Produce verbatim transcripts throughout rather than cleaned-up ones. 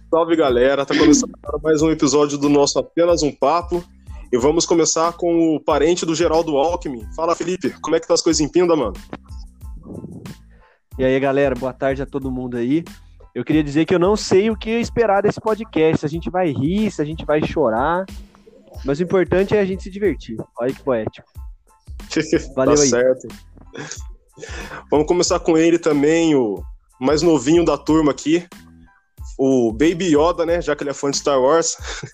Salve, galera, tá começando mais um episódio do nosso Apenas um Papo e vamos começar com o parente do Geraldo Alckmin. Fala, Felipe, como é que tá as coisas em Pinda, mano? E aí, galera, boa tarde a todo mundo aí. Eu queria dizer que eu não sei o que esperar desse podcast, se a gente vai rir, se a gente vai chorar, mas o importante é a gente se divertir. Olha que poético. Valeu tá aí. Certo. Vamos começar com ele também, o mais novinho da turma aqui, o Baby Yoda, né, já que ele é fã de Star Wars.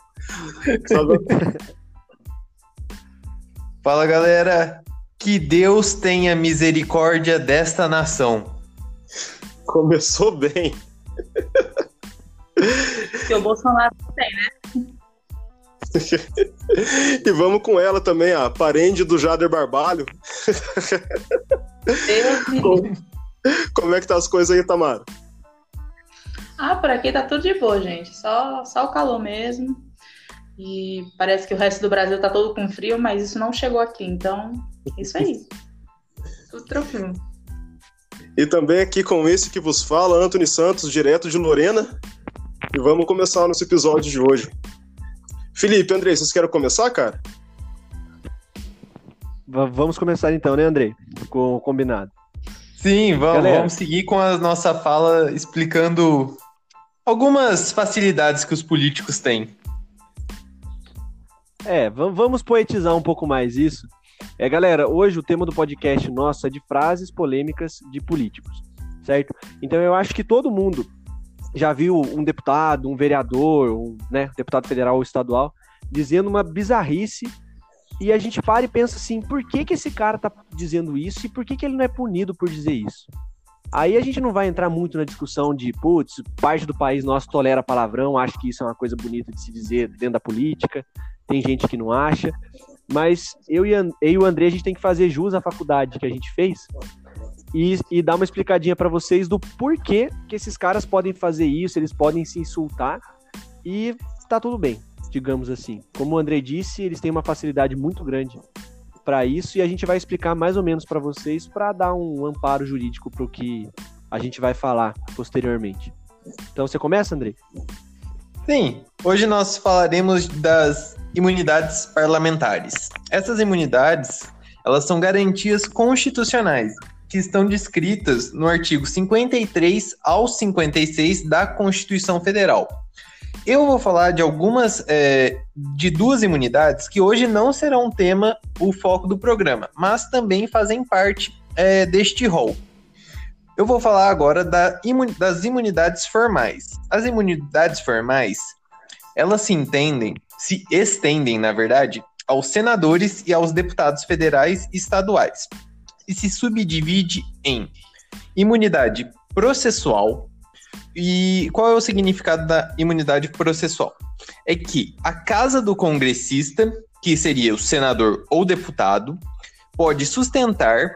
Fala, galera, que Deus tenha misericórdia desta nação. Começou bem. Que o Bolsonaro tem, né? E vamos com ela também, a parente do Jader Barbalho. como, como é que tá as coisas aí, Tamara? Ah, por aqui tá tudo de boa, gente. Só, só o calor mesmo. E parece que o resto do Brasil tá todo com frio, mas isso não chegou aqui. Então, é isso aí. Tudo tranquilo. E também aqui com esse que vos fala, Antony Santos, direto de Lorena. E vamos começar nosso episódio de hoje. Felipe, Andrei, vocês querem começar, cara? V- vamos começar então, né, Andrei? Com o combinado. Sim, vamos, Galera. vamos seguir com a nossa fala explicando algumas facilidades que os políticos têm. É, v- vamos poetizar um pouco mais isso. É, galera, hoje o tema do podcast nosso é de frases polêmicas de políticos, certo? Então eu acho que todo mundo já viu um deputado, um vereador, um, né, deputado federal ou estadual, dizendo uma bizarrice, e a gente para e pensa assim, por que que esse cara tá dizendo isso e por que que ele não é punido por dizer isso? Aí a gente não vai entrar muito na discussão de, putz, parte do país nosso tolera palavrão, acha que isso é uma coisa bonita de se dizer dentro da política, tem gente que não acha, mas eu e, eu e o André, a gente tem que fazer jus à faculdade que a gente fez e, e dar uma explicadinha pra vocês do porquê que esses caras podem fazer isso, eles podem se insultar e tá tudo bem, digamos assim. Como o André disse, eles têm uma facilidade muito grande pra isso e a gente vai explicar mais ou menos pra vocês pra dar um amparo jurídico pro que a gente vai falar posteriormente. Então você começa, André? Sim, hoje nós falaremos das imunidades parlamentares. Essas imunidades, elas são garantias constitucionais, que estão descritas no artigo cinquenta e três ao cinquenta e seis da Constituição Federal. Eu vou falar de algumas, é, de duas imunidades que hoje não serão tema, o foco do programa, mas também fazem parte é, deste rol. Eu vou falar agora da imun- das imunidades formais. As imunidades formais, elas se entendem, se estendem, na verdade, aos senadores e aos deputados federais e estaduais. E se subdivide em imunidade processual. E qual é o significado da imunidade processual? É que a casa do congressista, que seria o senador ou deputado, pode sustentar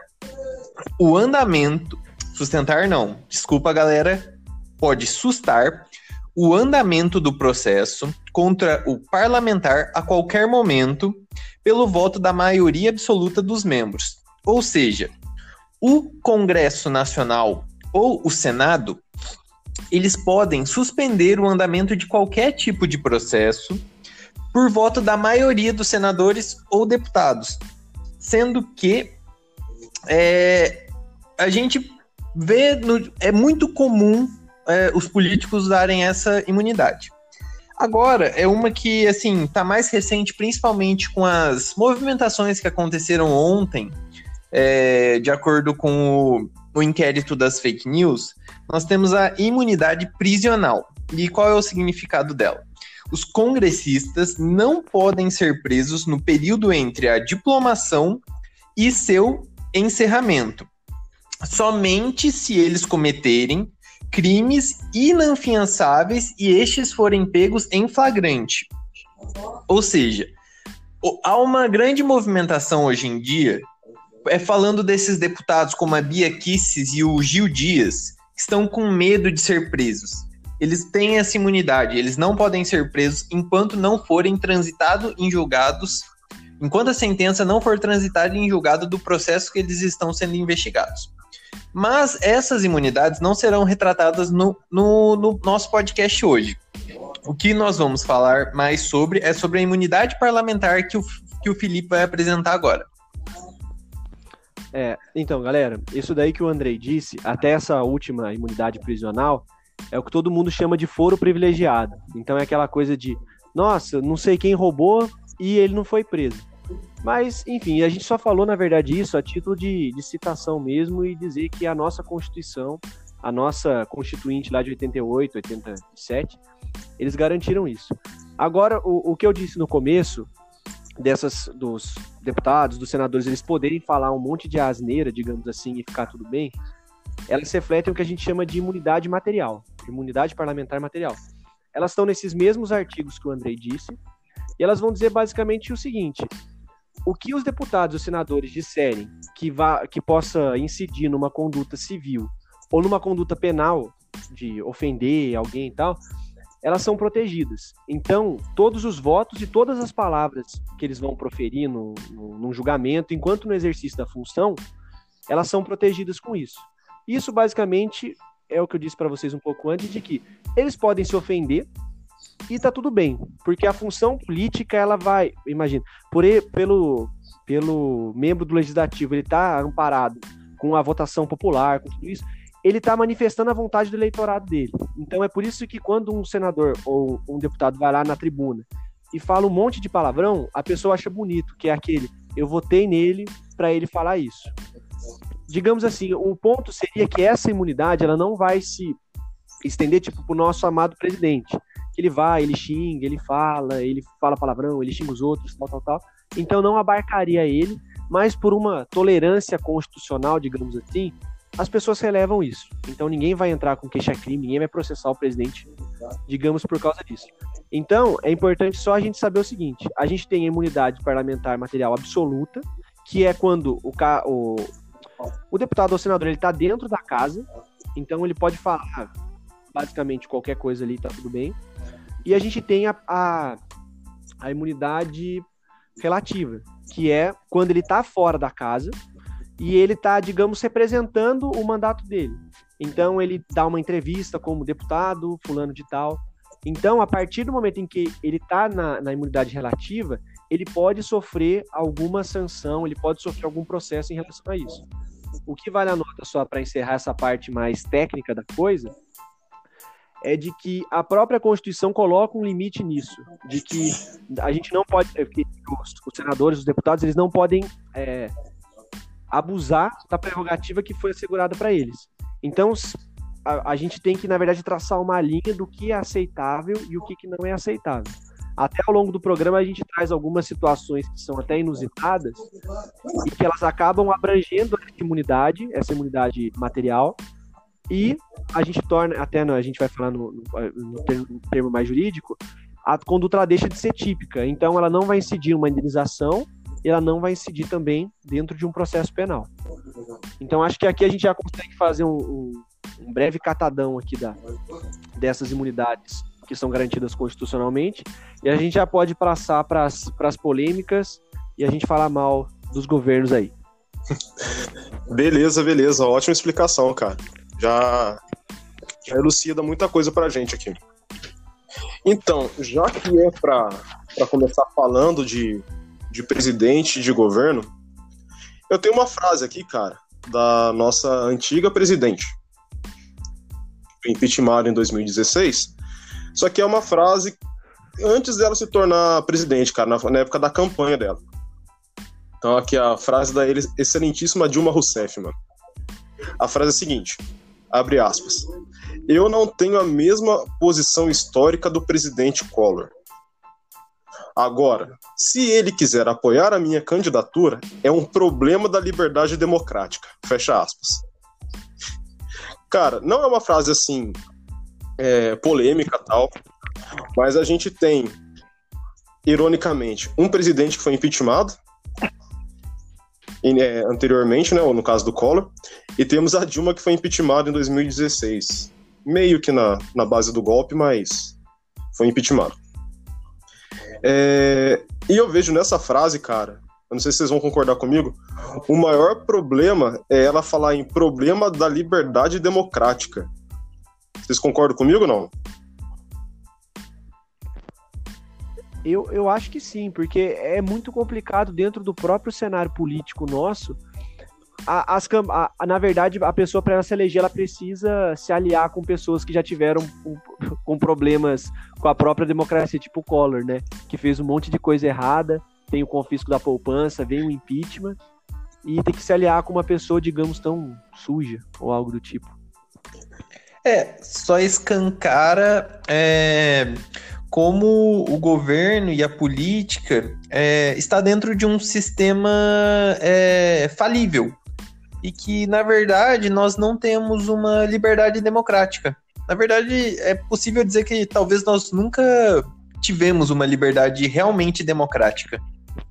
o andamento... Sustentar não, desculpa, galera. Pode sustar o andamento do processo contra o parlamentar a qualquer momento pelo voto da maioria absoluta dos membros. Ou seja, o Congresso Nacional ou o Senado, eles podem suspender o andamento de qualquer tipo de processo por voto da maioria dos senadores ou deputados, sendo que é, a gente vê, no, é muito comum é, os políticos usarem essa imunidade. Agora, é uma que, assim, tá mais recente, principalmente com as movimentações que aconteceram ontem, é, de acordo com o, o inquérito das fake news, nós temos a imunidade prisional. E qual é o significado dela? Os congressistas não podem ser presos no período entre a diplomação e seu encerramento, somente se eles cometerem crimes inafiançáveis e estes forem pegos em flagrante. Ou seja, há uma grande movimentação hoje em dia, é falando desses deputados como a Bia Kicis e o Gil Dias, que estão com medo de ser presos. Eles têm essa imunidade, eles não podem ser presos enquanto não forem transitados em julgados, enquanto a sentença não for transitada em julgado do processo que eles estão sendo investigados. Mas essas imunidades não serão retratadas no, no, no nosso podcast hoje. o que nós vamos falar mais sobre é sobre a imunidade parlamentar que o, que o Felipe vai apresentar agora. É, então, galera, isso daí que o Andrei disse, até essa última imunidade prisional, é o que todo mundo chama de foro privilegiado. Então é aquela coisa de, nossa, não sei quem roubou e ele não foi preso. Mas, enfim, a gente só falou, na verdade, isso a título de, de citação mesmo e dizer que a nossa Constituição, a nossa Constituinte lá de oitenta e oito, oitenta e sete, eles garantiram isso. Agora, o, o que eu disse no começo, dessas, dos deputados, dos senadores, eles poderem falar um monte de asneira, digamos assim, e ficar tudo bem, elas refletem o que a gente chama de imunidade material, imunidade parlamentar material. Elas estão nesses mesmos artigos que o Andrei disse, e elas vão dizer basicamente o seguinte: o que os deputados e os senadores disserem que, vá, que possa incidir numa conduta civil ou numa conduta penal, de ofender alguém e tal, elas são protegidas. Então, todos os votos e todas as palavras que eles vão proferir no, no, num julgamento, enquanto no exercício da função, elas são protegidas com isso. Isso, basicamente, é o que eu disse para vocês um pouco antes, de que eles podem se ofender e tá tudo bem, porque a função política, ela vai, imagina, por ele, pelo, pelo membro do legislativo, ele tá amparado com a votação popular, com tudo isso, ele está manifestando a vontade do eleitorado dele. Então é por isso que quando um senador ou um deputado vai lá na tribuna e fala um monte de palavrão, a pessoa acha bonito, que é aquele, eu votei nele para ele falar isso. Digamos assim, o ponto seria que essa imunidade, ela não vai se estender tipo pro nosso amado presidente. Ele vai, ele xinga, ele fala, ele fala palavrão, ele xinga os outros, tal, tal, tal. Então não abarcaria ele, mas por uma tolerância constitucional, digamos assim, as pessoas relevam isso. Então ninguém vai entrar com queixa-crime, ninguém vai processar o presidente, digamos, por causa disso. Então é importante só a gente saber o seguinte: a gente tem a imunidade parlamentar material absoluta, que é quando o, o, o deputado ou senador está dentro da casa, então ele pode falar basicamente qualquer coisa ali, tá tudo bem. E a gente tem a, a, a imunidade relativa, que é quando ele está fora da casa e ele está, digamos, representando o mandato dele. Então, ele dá uma entrevista como deputado, fulano de tal. Então, a partir do momento em que ele está na, na imunidade relativa, ele pode sofrer alguma sanção, ele pode sofrer algum processo em relação a isso. O que vale a nota, só para encerrar essa parte mais técnica da coisa, é de que a própria Constituição coloca um limite nisso, de que a gente não pode, que os, os senadores, os deputados, eles não podem é, abusar da prerrogativa que foi assegurada para eles. Então, a, a gente tem que, na verdade, traçar uma linha do que é aceitável e o que, que não é aceitável. Até ao longo do programa a gente traz algumas situações que são até inusitadas e que elas acabam abrangendo essa imunidade, essa imunidade material, e a gente torna, até a gente vai falar no, no, no, termo, no termo mais jurídico, a conduta ela deixa de ser típica, então ela não vai incidir uma indenização e ela não vai incidir também dentro de um processo penal. Então acho que aqui a gente já consegue fazer um, um, um breve catadão aqui da, dessas imunidades que são garantidas constitucionalmente, e a gente já pode passar para as polêmicas e a gente falar mal dos governos aí. Beleza, beleza, ótima explicação, cara. Já, já elucida muita coisa pra gente aqui. Então, já que é pra, pra começar falando de, de presidente de governo, eu tenho uma frase aqui, cara, da nossa antiga presidente, impeachmentada em dois mil e dezesseis, só que é uma frase antes dela se tornar presidente, cara, na, na época da campanha dela. Então aqui a frase da excelentíssima Dilma Rousseff, mano. A frase é a seguinte, abre aspas: eu não tenho a mesma posição histórica do presidente Collor. Agora, se ele quiser apoiar a minha candidatura, é um problema da liberdade democrática. Fecha aspas. Cara, não é uma frase assim, é, polêmica e tal, mas a gente tem, ironicamente, um presidente que foi impeachmentado é, anteriormente, né, ou no caso do Collor, e temos a Dilma que foi impeachmentada em dois mil e dezesseis. Meio que na, na base do golpe, mas foi impeachmentada. É, e eu vejo nessa frase, cara, eu não sei se vocês vão concordar comigo, o maior problema é ela falar em problema da liberdade democrática. Vocês concordam comigo ou não? Eu, eu acho que sim, porque é muito complicado dentro do próprio cenário político nosso. A, as, a, a, na verdade, a pessoa, para ela se eleger, ela precisa se aliar com pessoas que já tiveram com, com problemas com a própria democracia, tipo o Collor, né? Que fez um monte de coisa errada, tem o confisco da poupança, vem o impeachment, e tem que se aliar com uma pessoa, digamos, tão suja, ou algo do tipo. É, só escancara é, como o governo e a política é, está dentro de um sistema é, falível. E que, na verdade, nós não temos uma liberdade democrática. Na verdade, é possível dizer que talvez nós nunca tivemos uma liberdade realmente democrática.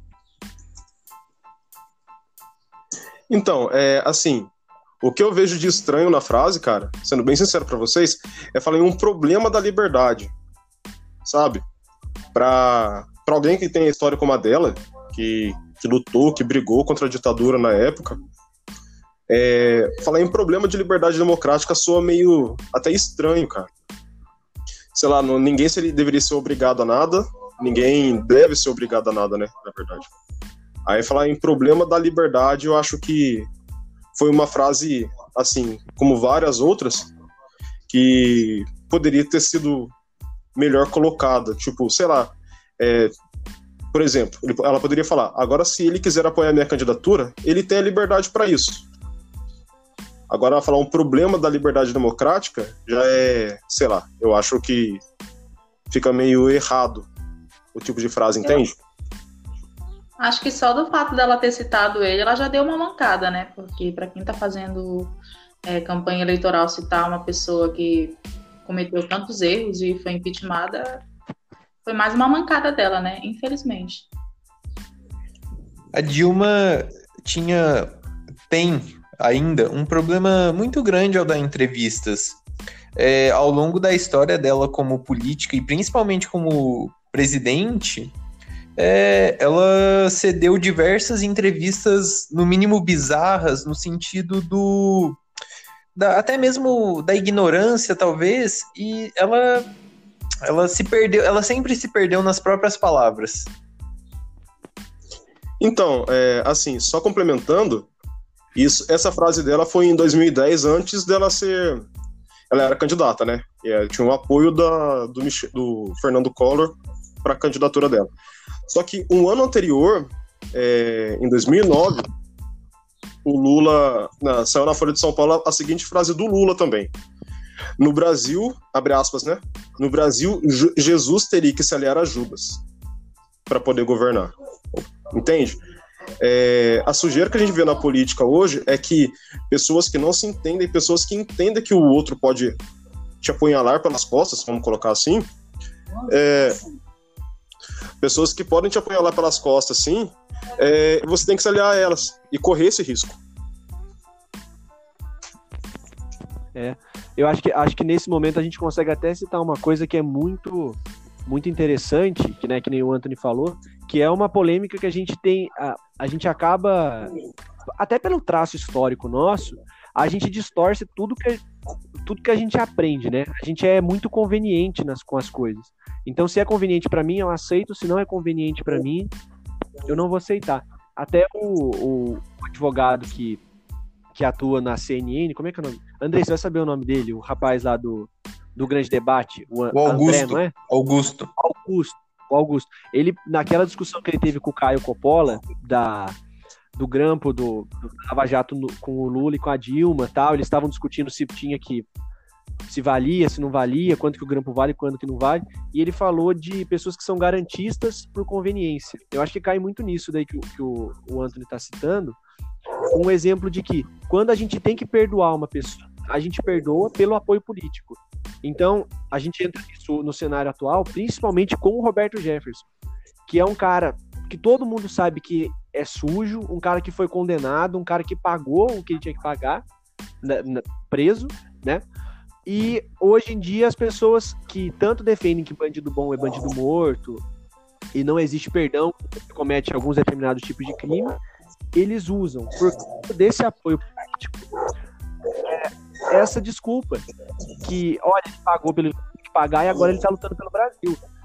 Então, é, assim, o que eu vejo de estranho na frase, cara, sendo bem sincero pra vocês, é falar em um problema da liberdade, sabe? Pra, pra alguém que tem a história como a dela, que, que lutou, que brigou contra a ditadura na época, É, falar em problema de liberdade democrática soa meio até estranho, cara. Sei lá, não, ninguém seria, deveria ser obrigado a nada, ninguém deve ser obrigado a nada, né, na verdade. Aí falar em problema da liberdade, eu acho que foi uma frase, assim, como várias outras, que poderia ter sido melhor colocada. Tipo, sei lá, é, por exemplo, ela poderia falar, agora se ele quiser apoiar a minha candidatura, ele tem a liberdade para isso. Agora, falar um problema da liberdade democrática já é, sei lá, eu acho que fica meio errado o tipo de frase, entende? Eu acho que só do fato dela ter citado ele, ela já deu uma mancada, né? Porque para quem tá fazendo é, campanha eleitoral, citar uma pessoa que cometeu tantos erros e foi impeachmentada, foi mais uma mancada dela, né? Infelizmente. A Dilma tinha, tem... ainda um problema muito grande ao dar entrevistas. É, ao longo da história dela como política e principalmente como presidente, é, ela cedeu diversas entrevistas, no mínimo bizarras, no sentido do... Da, até mesmo da ignorância, talvez, e ela, ela se perdeu, ela sempre se perdeu nas próprias palavras. Então, é, assim, só complementando, Isso, essa frase dela foi em dois mil e dez, antes dela ser... Ela era candidata, né? E tinha o apoio da, do, Mich... do Fernando Collor para a candidatura dela. Só que um ano anterior, é, em dois mil e nove, o Lula... Na, saiu na Folha de São Paulo a seguinte frase do Lula também. No Brasil, abre aspas, né? No Brasil, Jesus teria que se aliar a Judas para poder governar. Entende? É, a sujeira que a gente vê na política hoje é que pessoas que não se entendem, pessoas que entendem que o outro pode te apunhalar pelas costas, vamos colocar assim, é, pessoas que podem te apunhalar pelas costas, sim, é, você tem que se aliar a elas e correr esse risco. É, eu acho que, acho que nesse momento a gente consegue até citar uma coisa que é muito, muito interessante, que, né, que nem o Anthony falou, que é uma polêmica que a gente tem, a, a gente acaba, até pelo traço histórico nosso, a gente distorce tudo que, tudo que a gente aprende, né? A gente é muito conveniente nas, com as coisas. Então, se é conveniente para mim, eu aceito. Se não é conveniente para mim, eu não vou aceitar. Até o, o advogado que, que atua na C N N, como é que é o nome? André, você vai saber o nome dele, o rapaz lá do, do Grande Debate, o, o Augusto, André, não é? Augusto. Augusto. O Augusto, ele, naquela discussão que ele teve com o Caio Coppola, da, do grampo do, do Lava Jato no, com o Lula e com a Dilma, tal, eles estavam discutindo se tinha que, se valia, se não valia, quanto que o grampo vale, quanto que não vale, e ele falou de pessoas que são garantistas por conveniência. Eu acho que cai muito nisso daí que, que o, o Anthony está citando, um exemplo de que quando a gente tem que perdoar uma pessoa, a gente perdoa pelo apoio político. Então, a gente entra nisso no cenário atual, principalmente com o Roberto Jefferson, que é um cara que todo mundo sabe que é sujo, um cara que foi condenado, um cara que pagou o que ele tinha que pagar, na, na, preso, né? E hoje em dia as pessoas que tanto defendem que bandido bom é bandido morto e não existe perdão quando comete alguns determinados tipos de crime, eles usam, por conta desse apoio político, é, essa desculpa que, olha, ele pagou pelo que pagar e agora ele está lutando pelo Brasil.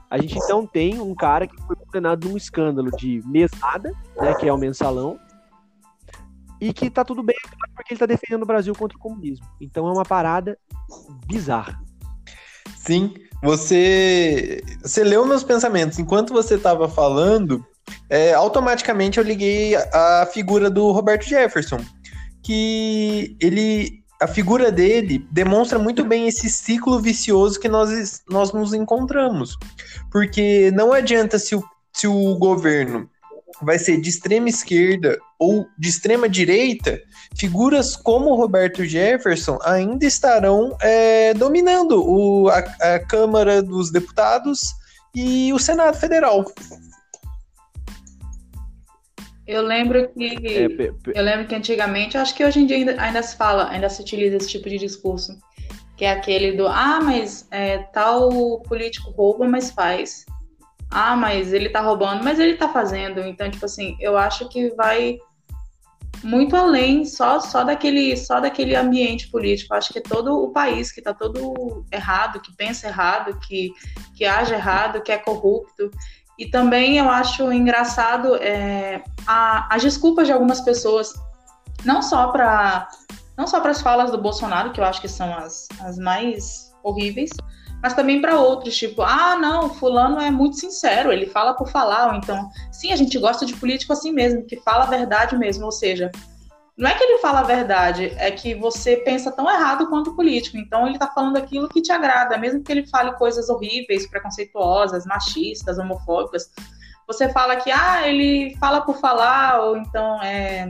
A gente então tem um cara que foi condenado num escândalo de mesada, né, que é o mensalão, e que tá tudo bem porque ele tá defendendo o Brasil contra o comunismo. Então é uma parada bizarra. Sim, você, você leu meus pensamentos. Enquanto você estava falando, é, automaticamente eu liguei a, a figura do Roberto Jefferson, que ele, a figura dele demonstra muito bem esse ciclo vicioso que nós, nós nos encontramos. Porque não adianta se o, se o governo vai ser de extrema esquerda ou de extrema direita, figuras como o Roberto Jefferson ainda estarão é, dominando o, a, a Câmara dos Deputados e o Senado Federal. Eu lembro que É, pe- pe- eu lembro que antigamente, eu acho que hoje em dia ainda, ainda se fala, ainda se utiliza esse tipo de discurso, que é aquele do ah, mas é, tal político rouba, mas faz. Ah, mas ele tá roubando, mas ele tá fazendo. Então, tipo assim, eu acho que vai muito além só, só, daquele, só daquele ambiente político. Eu acho que é todo o país que tá todo errado, que pensa errado, que, que age errado, que é corrupto. E também eu acho engraçado é, a, as desculpas de algumas pessoas, não só para não só para as falas do Bolsonaro, que eu acho que são as, as mais horríveis, mas também para outros, tipo, ah, não, fulano é muito sincero, ele fala por falar, ou então, sim, a gente gosta de político assim mesmo, que fala a verdade mesmo, ou seja, não é que ele fala a verdade, é que você pensa tão errado quanto o político, então ele tá falando aquilo que te agrada, mesmo que ele fale coisas horríveis, preconceituosas, machistas, homofóbicas, você fala que, ah, ele fala por falar, ou então, é,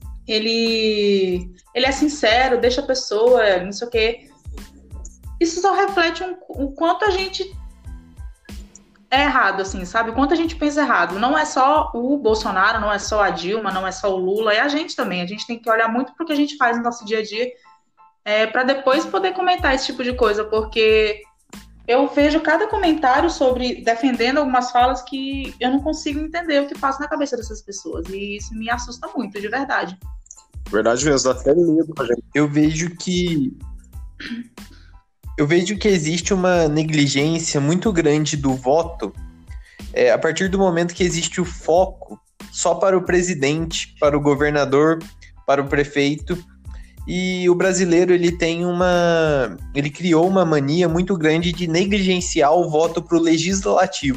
ele, ele é sincero, deixa a pessoa, não sei o quê. Isso só reflete um, o quanto a gente é errado, assim, sabe? O quanto a gente pensa errado. Não é só o Bolsonaro, não é só a Dilma, não é só o Lula, é a gente também. A gente tem que olhar muito para o que a gente faz no nosso dia a dia é, para depois poder comentar esse tipo de coisa, porque eu vejo cada comentário sobre defendendo algumas falas que eu não consigo entender o que passa na cabeça dessas pessoas. E isso me assusta muito, de verdade. Verdade mesmo, dá até medo pra gente. Eu vejo que eu vejo que existe uma negligência muito grande do voto é, a partir do momento que existe o foco só para o presidente, para o governador, para o prefeito. E o brasileiro ele tem uma, ele criou uma mania muito grande de negligenciar o voto para o legislativo.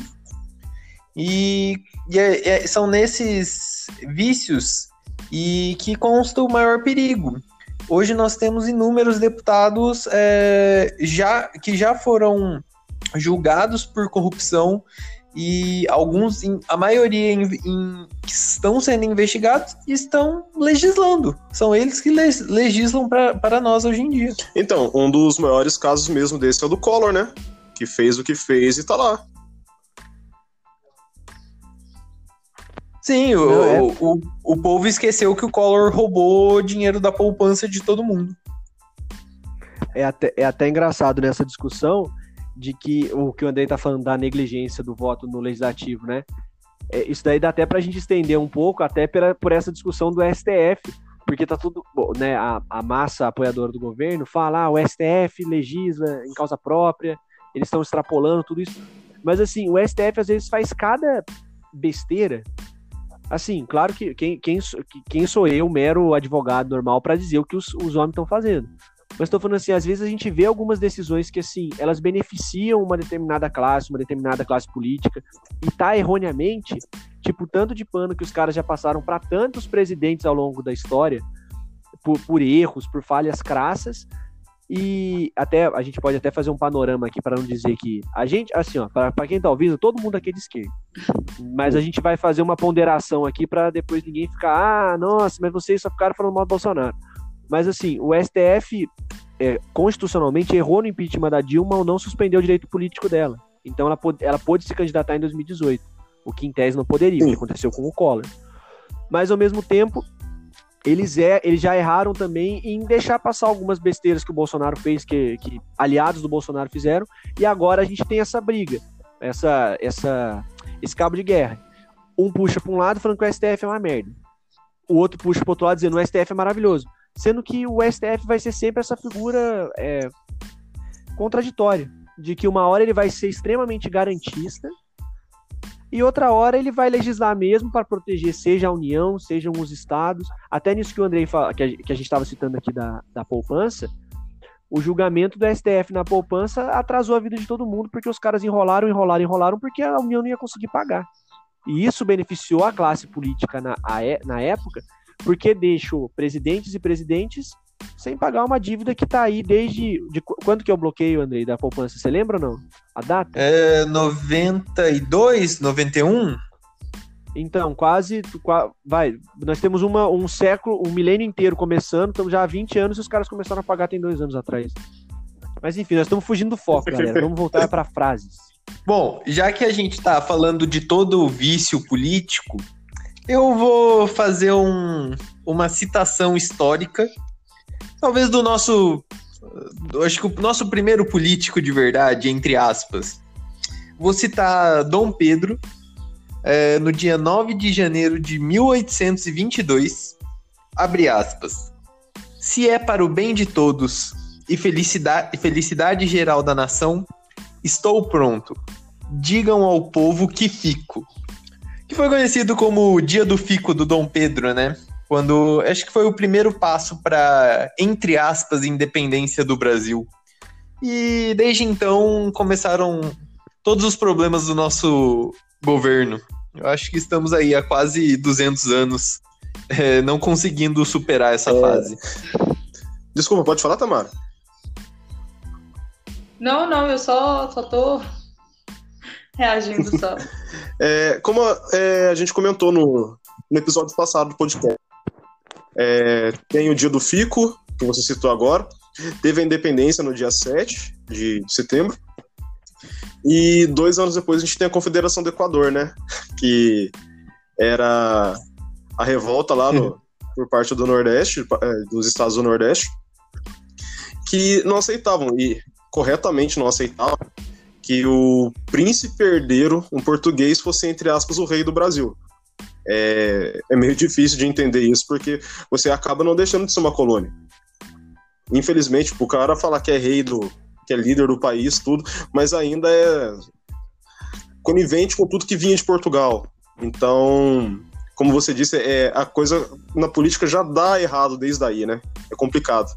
E, e é, é, são nesses vícios e que consta o maior perigo. Hoje nós temos inúmeros deputados é, já, que já foram julgados por corrupção e alguns, a maioria em, em, que estão sendo investigados estão legislando. São eles que legislam pra, para nós hoje em dia. Então, um dos maiores casos mesmo desse é o do Collor, né? Que fez o que fez e tá lá. Sim, o, é. o, o, o povo esqueceu que o Collor roubou dinheiro da poupança de todo mundo. É até, é até engraçado nessa discussão de que o que o Andrei tá falando da negligência do voto no legislativo, né? É, isso daí dá até pra gente estender um pouco, até pela, por essa discussão do S T F, porque tá tudo, né, a, a massa apoiadora do governo fala, ah, o S T F legisla em causa própria, eles estão extrapolando tudo isso, mas assim, o S T F às vezes faz cada besteira. Assim, claro que quem, quem, quem sou eu, mero advogado normal, para dizer o que os, os homens estão fazendo. Mas estou falando assim, às vezes a gente vê algumas decisões que, assim, elas beneficiam uma determinada classe, uma determinada classe política, e tá erroneamente, tipo, tanto de pano que os caras já passaram para tantos presidentes ao longo da história, por, por erros, por falhas crassas, e até a gente pode até fazer um panorama aqui para não dizer que a gente, assim, ó, para quem tá ouvindo, todo mundo aqui é de esquerda, mas a gente vai fazer uma ponderação aqui para depois ninguém ficar, ah, nossa, mas vocês só ficaram falando mal do Bolsonaro. Mas assim, o S T F é, constitucionalmente errou no impeachment da Dilma ou não suspendeu o direito político dela. Então ela pôde, ela pôde se candidatar em dois mil e dezoito, o que em tese não poderia, o que aconteceu com o Collor. Mas ao mesmo tempo Eles, é, eles já erraram também em deixar passar algumas besteiras que o Bolsonaro fez, que, que aliados do Bolsonaro fizeram, e agora a gente tem essa briga, essa, essa, esse cabo de guerra. Um puxa para um lado falando que o S T F é uma merda, o outro puxa para o outro lado dizendo que o S T F é maravilhoso, sendo que o S T F vai ser sempre essa figura é, contraditória. de que uma hora ele vai ser extremamente garantista e outra hora ele vai legislar mesmo para proteger seja a União, sejam os estados. Até nisso que o Andrei fala, que a gente estava citando aqui da, da poupança, o julgamento do S T F na poupança atrasou a vida de todo mundo, porque os caras enrolaram, enrolaram, enrolaram, porque a União não ia conseguir pagar. E isso beneficiou a classe política na, a, na época, porque deixou presidentes e presidentes sem pagar uma dívida que tá aí desde... De, quando que é o bloqueio, Andrei, da poupança? Você lembra ou não? A data? É noventa e dois, noventa e um? Então, quase... Qua, vai, nós temos uma, um século, um milênio inteiro começando, estamos já há vinte anos e os caras começaram a pagar tem dois anos atrás. Mas enfim, nós estamos fugindo do foco, galera. Vamos voltar para frases. Bom, já que a gente tá falando de todo o vício político, eu vou fazer um, uma citação histórica, talvez do nosso, acho que o nosso primeiro político de verdade, entre aspas. Vou citar Dom Pedro, é, no dia nove de janeiro de mil oitocentos e vinte e dois, abre aspas, se é para o bem de todos e felicidade, felicidade geral da nação, estou pronto. Digam ao povo que fico. Que foi conhecido como o Dia do Fico do Dom Pedro, né? Quando, acho que foi o primeiro passo para, entre aspas, independência do Brasil. E desde então começaram todos os problemas do nosso governo. Eu acho que estamos aí há quase duzentos anos é, não conseguindo superar essa é... fase. Desculpa, pode falar, Tamara? Não, não, eu só, só tô reagindo só. É, como é, a gente comentou no, no episódio passado do podcast, é, tem o Dia do Fico, que você citou agora, teve a independência no dia sete de setembro, e dois anos depois a gente tem a Confederação do Equador, né? Que era a revolta lá no, por parte do Nordeste, dos estados do Nordeste, que não aceitavam, e corretamente não aceitavam, que o príncipe herdeiro, um português, fosse, entre aspas, o rei do Brasil. É, é meio difícil de entender isso, porque você acaba não deixando de ser uma colônia. Infelizmente, tipo, o cara falar que é rei do... que é líder do país, tudo, mas ainda é conivente com tudo que vinha de Portugal. Então, como você disse, é, a coisa na política já dá errado desde aí, né? É complicado.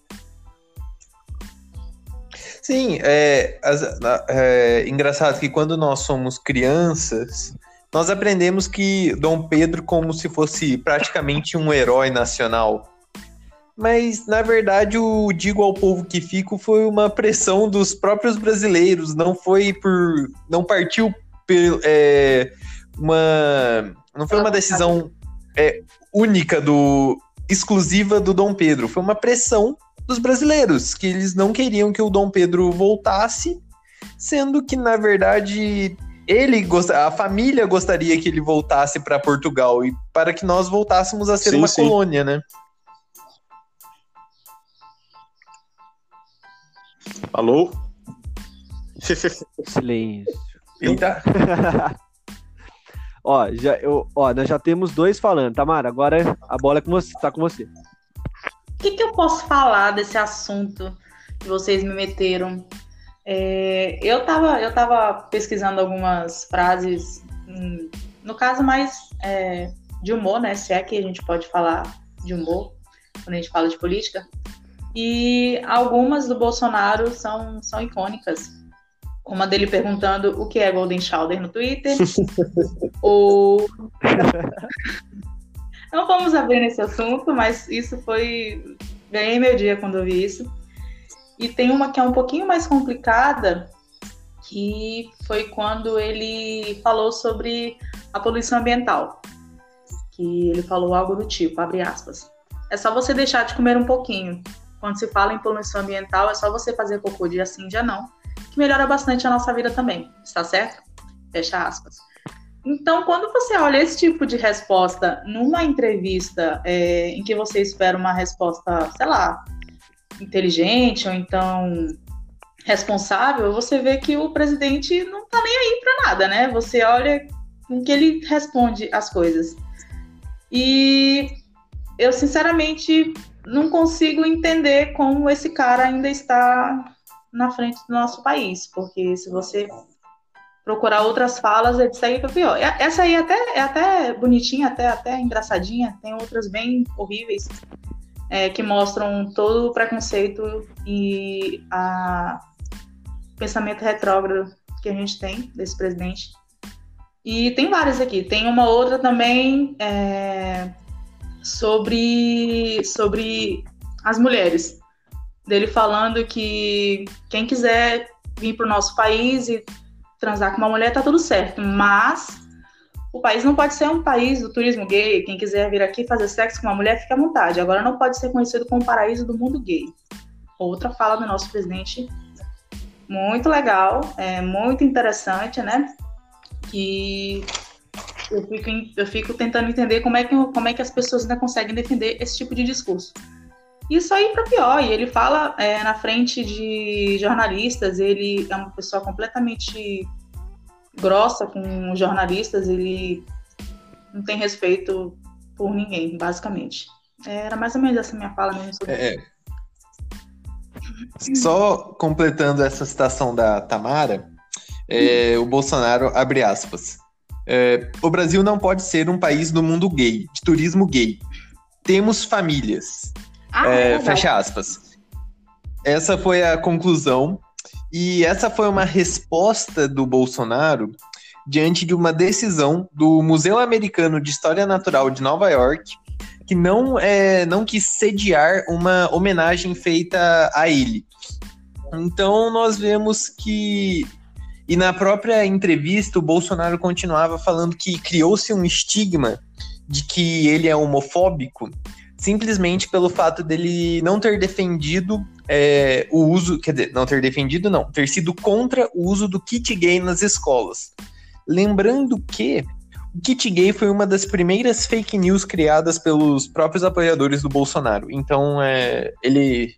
Sim, é, é engraçado que quando nós somos crianças, nós aprendemos que Dom Pedro como se fosse praticamente um herói nacional. Mas, na verdade, o Digo ao Povo que Fico foi uma pressão dos próprios brasileiros, não foi por... não partiu por é, uma... não foi uma decisão é, única, do, exclusiva do Dom Pedro, foi uma pressão dos brasileiros, que eles não queriam que o Dom Pedro voltasse, sendo que, na verdade, ele gost... a família gostaria que ele voltasse para Portugal, e para que nós voltássemos a ser sim, uma sim. colônia, né? Alô? Silêncio. Eita. ó, já, eu, ó, nós já temos dois falando. Tamara, agora a bola é com você, tá com você. O que, que eu posso falar desse assunto que vocês me meteram? É, eu, tava, eu tava pesquisando algumas frases, hum, no caso mais é, de humor, né? Se é que a gente pode falar de humor quando a gente fala de política. E algumas do Bolsonaro são, são icônicas. Uma dele perguntando o que é Golden Shower no Twitter. Ou... Não vamos abrir nesse assunto, mas isso foi... Ganhei meu dia quando eu vi isso. E tem uma que é um pouquinho mais complicada, que foi quando ele falou sobre a poluição ambiental. Que ele falou algo do tipo, abre aspas. É só você deixar de comer um pouquinho. Quando se fala em poluição ambiental, é só você fazer cocô dia sim, dia não, que melhora bastante a nossa vida também, está certo? Fecha aspas. Então, quando você olha esse tipo de resposta numa entrevista é, em que você espera uma resposta, sei lá, inteligente ou então responsável, você vê que o presidente não tá nem aí para nada, né? Você olha em que ele responde as coisas. E eu, sinceramente... não consigo entender como esse cara ainda está na frente do nosso país, porque se você procurar outras falas, ele segue para pior. Essa aí até, é até bonitinha, até, até engraçadinha, tem outras bem horríveis, é, que mostram todo o preconceito e a pensamento retrógrado que a gente tem desse presidente. E tem várias aqui. Tem uma outra também é, sobre, sobre as mulheres. Dele falando que quem quiser vir para o nosso país e transar com uma mulher, tá tudo certo. Mas o país não pode ser um país do turismo gay. Quem quiser vir aqui fazer sexo com uma mulher, fica à vontade. Agora não pode ser conhecido como o paraíso do mundo gay. Outra fala do nosso presidente, muito legal, é muito interessante, né? Que eu fico, eu fico tentando entender como é, que, como é que as pessoas ainda conseguem defender esse tipo de discurso. Isso aí para pior, e ele fala é, na frente de jornalistas, ele é uma pessoa completamente grossa com os jornalistas, ele não tem respeito por ninguém, basicamente. Era mais ou menos essa minha fala mesmo sobre é. Só completando essa citação da Tamara, é, o Bolsonaro, abre aspas, é, o Brasil não pode ser um país do mundo gay, de turismo gay. Temos famílias. Ah, é, é fecha aspas. Essa foi a conclusão, e essa foi uma resposta do Bolsonaro diante de uma decisão do Museu Americano de História Natural de Nova York, que não, é, não quis sediar uma homenagem feita a ele. Então nós vemos que, e na própria entrevista o Bolsonaro continuava falando que criou-se um estigma de que ele é homofóbico, simplesmente pelo fato dele não ter defendido é, o uso, quer dizer, não ter defendido não, ter sido contra o uso do kit gay nas escolas. Lembrando que o kit gay foi uma das primeiras fake news criadas pelos próprios apoiadores do Bolsonaro. Então, é, ele,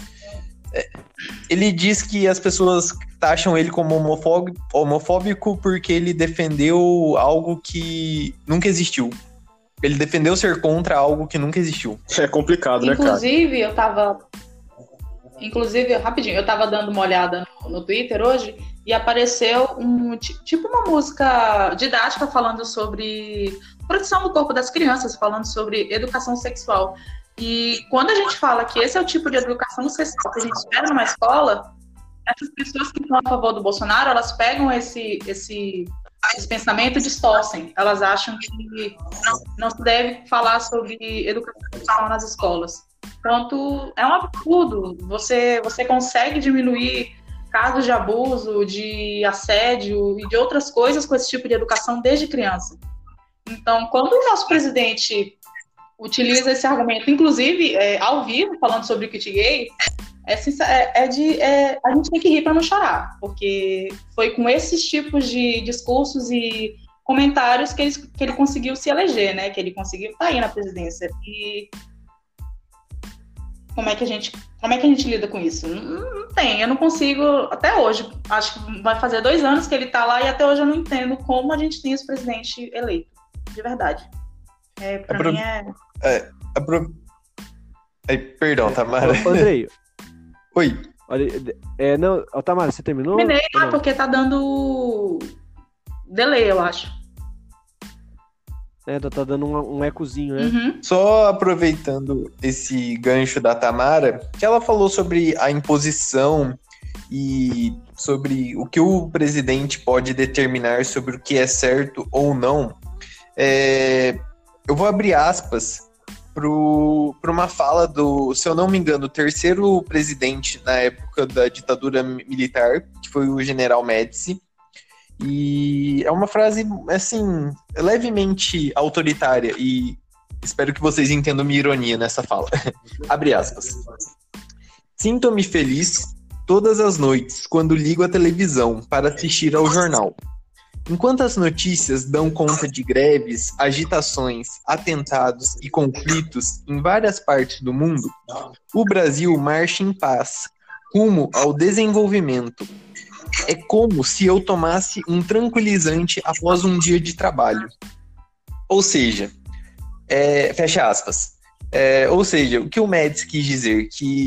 é, ele diz que as pessoas taxam ele como homofóbico, homofóbico porque ele defendeu algo que nunca existiu. Ele defendeu ser contra algo que nunca existiu. É complicado, né, cara? Inclusive, eu tava... Inclusive, rapidinho, eu tava dando uma olhada no, no Twitter hoje e apareceu um tipo uma música didática falando sobre proteção do corpo das crianças, falando sobre educação sexual. E quando a gente fala que esse é o tipo de educação sexual que a gente espera numa escola, essas pessoas que estão a favor do Bolsonaro, elas pegam esse... esse esse pensamento e distorcem. Elas acham que não, não se deve falar sobre educação sexual nas escolas. Portanto, é um absurdo. Você, você consegue diminuir casos de abuso, de assédio e de outras coisas com esse tipo de educação desde criança. Então, quando o nosso presidente utiliza esse argumento, inclusive é, ao vivo, falando sobre o kit gay, É, é de, é, a gente tem que rir para não chorar, porque foi com esses tipos de discursos e comentários que ele, que ele conseguiu se eleger, né? Que ele conseguiu estar aí na presidência. E como é que a gente, como é que a gente lida com isso? Não, não tem, eu não consigo, até hoje, acho que vai fazer dois anos que ele está lá e até hoje eu não entendo como a gente tem esse presidente eleito, de verdade. É, para pro... mim é... é, é pro... é perdão, Tamara. Andrei. Oi. Olha, é, não, Tamara, você terminou? Terminei, ah, porque tá dando delay, eu acho. É, tá dando um, um ecozinho, né? Uhum. Só aproveitando esse gancho da Tamara, que ela falou sobre a imposição e sobre o que o presidente pode determinar sobre o que é certo ou não. É, eu vou abrir aspas para uma fala do, se eu não me engano, o terceiro presidente na época da ditadura militar, que foi o general Médici. E é uma frase, assim, levemente autoritária, e espero que vocês entendam minha ironia nessa fala. Abre aspas. Sinto-me feliz todas as noites quando ligo a televisão para assistir ao jornal. Enquanto as notícias dão conta de greves, agitações, atentados e conflitos em várias partes do mundo, o Brasil marcha em paz, rumo ao desenvolvimento. É como se eu tomasse um tranquilizante após um dia de trabalho. Ou seja, é, fecha aspas. É, ou seja, o que o Médici quis dizer? Que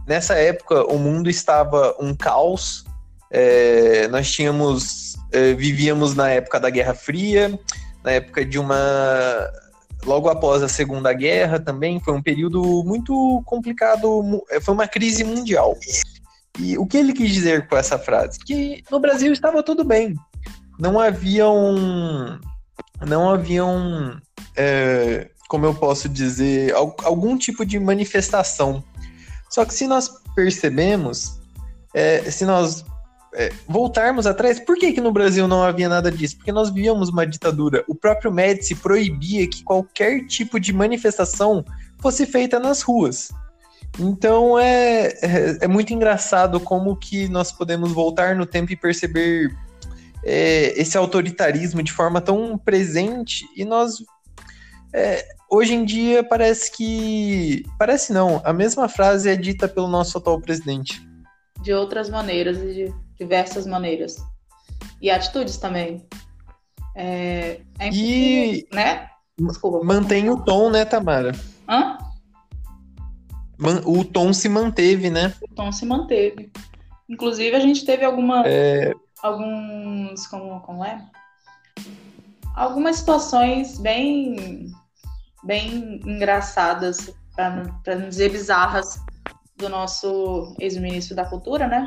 nessa época o mundo estava um caos, é, nós tínhamos, é, vivíamos na época da Guerra Fria, na época de uma... logo após a Segunda Guerra também, foi um período muito complicado, foi uma crise mundial. E o que ele quis dizer com essa frase? Que no Brasil estava tudo bem. Não haviam... Não haviam... É, como eu posso dizer, algum tipo de manifestação. Só que se nós percebemos, é, se nós é, voltarmos atrás, por que que no Brasil não havia nada disso? Porque nós vivíamos uma ditadura. O próprio Médici proibia que qualquer tipo de manifestação fosse feita nas ruas. Então é, é, é muito engraçado como que nós podemos voltar no tempo e perceber é, esse autoritarismo de forma tão presente, e nós... É, hoje em dia parece que... Parece não, a mesma frase é dita pelo nosso atual presidente. De outras maneiras, e de diversas maneiras. E atitudes também. É, é e... né? Desculpa. Mantém o tom, né, Tamara? Hã? O tom se manteve, né? O tom se manteve. Inclusive, a gente teve alguma... É... Alguns... Como, como é? Algumas situações bem... bem engraçadas, para não dizer bizarras, do nosso ex-ministro da Cultura, né?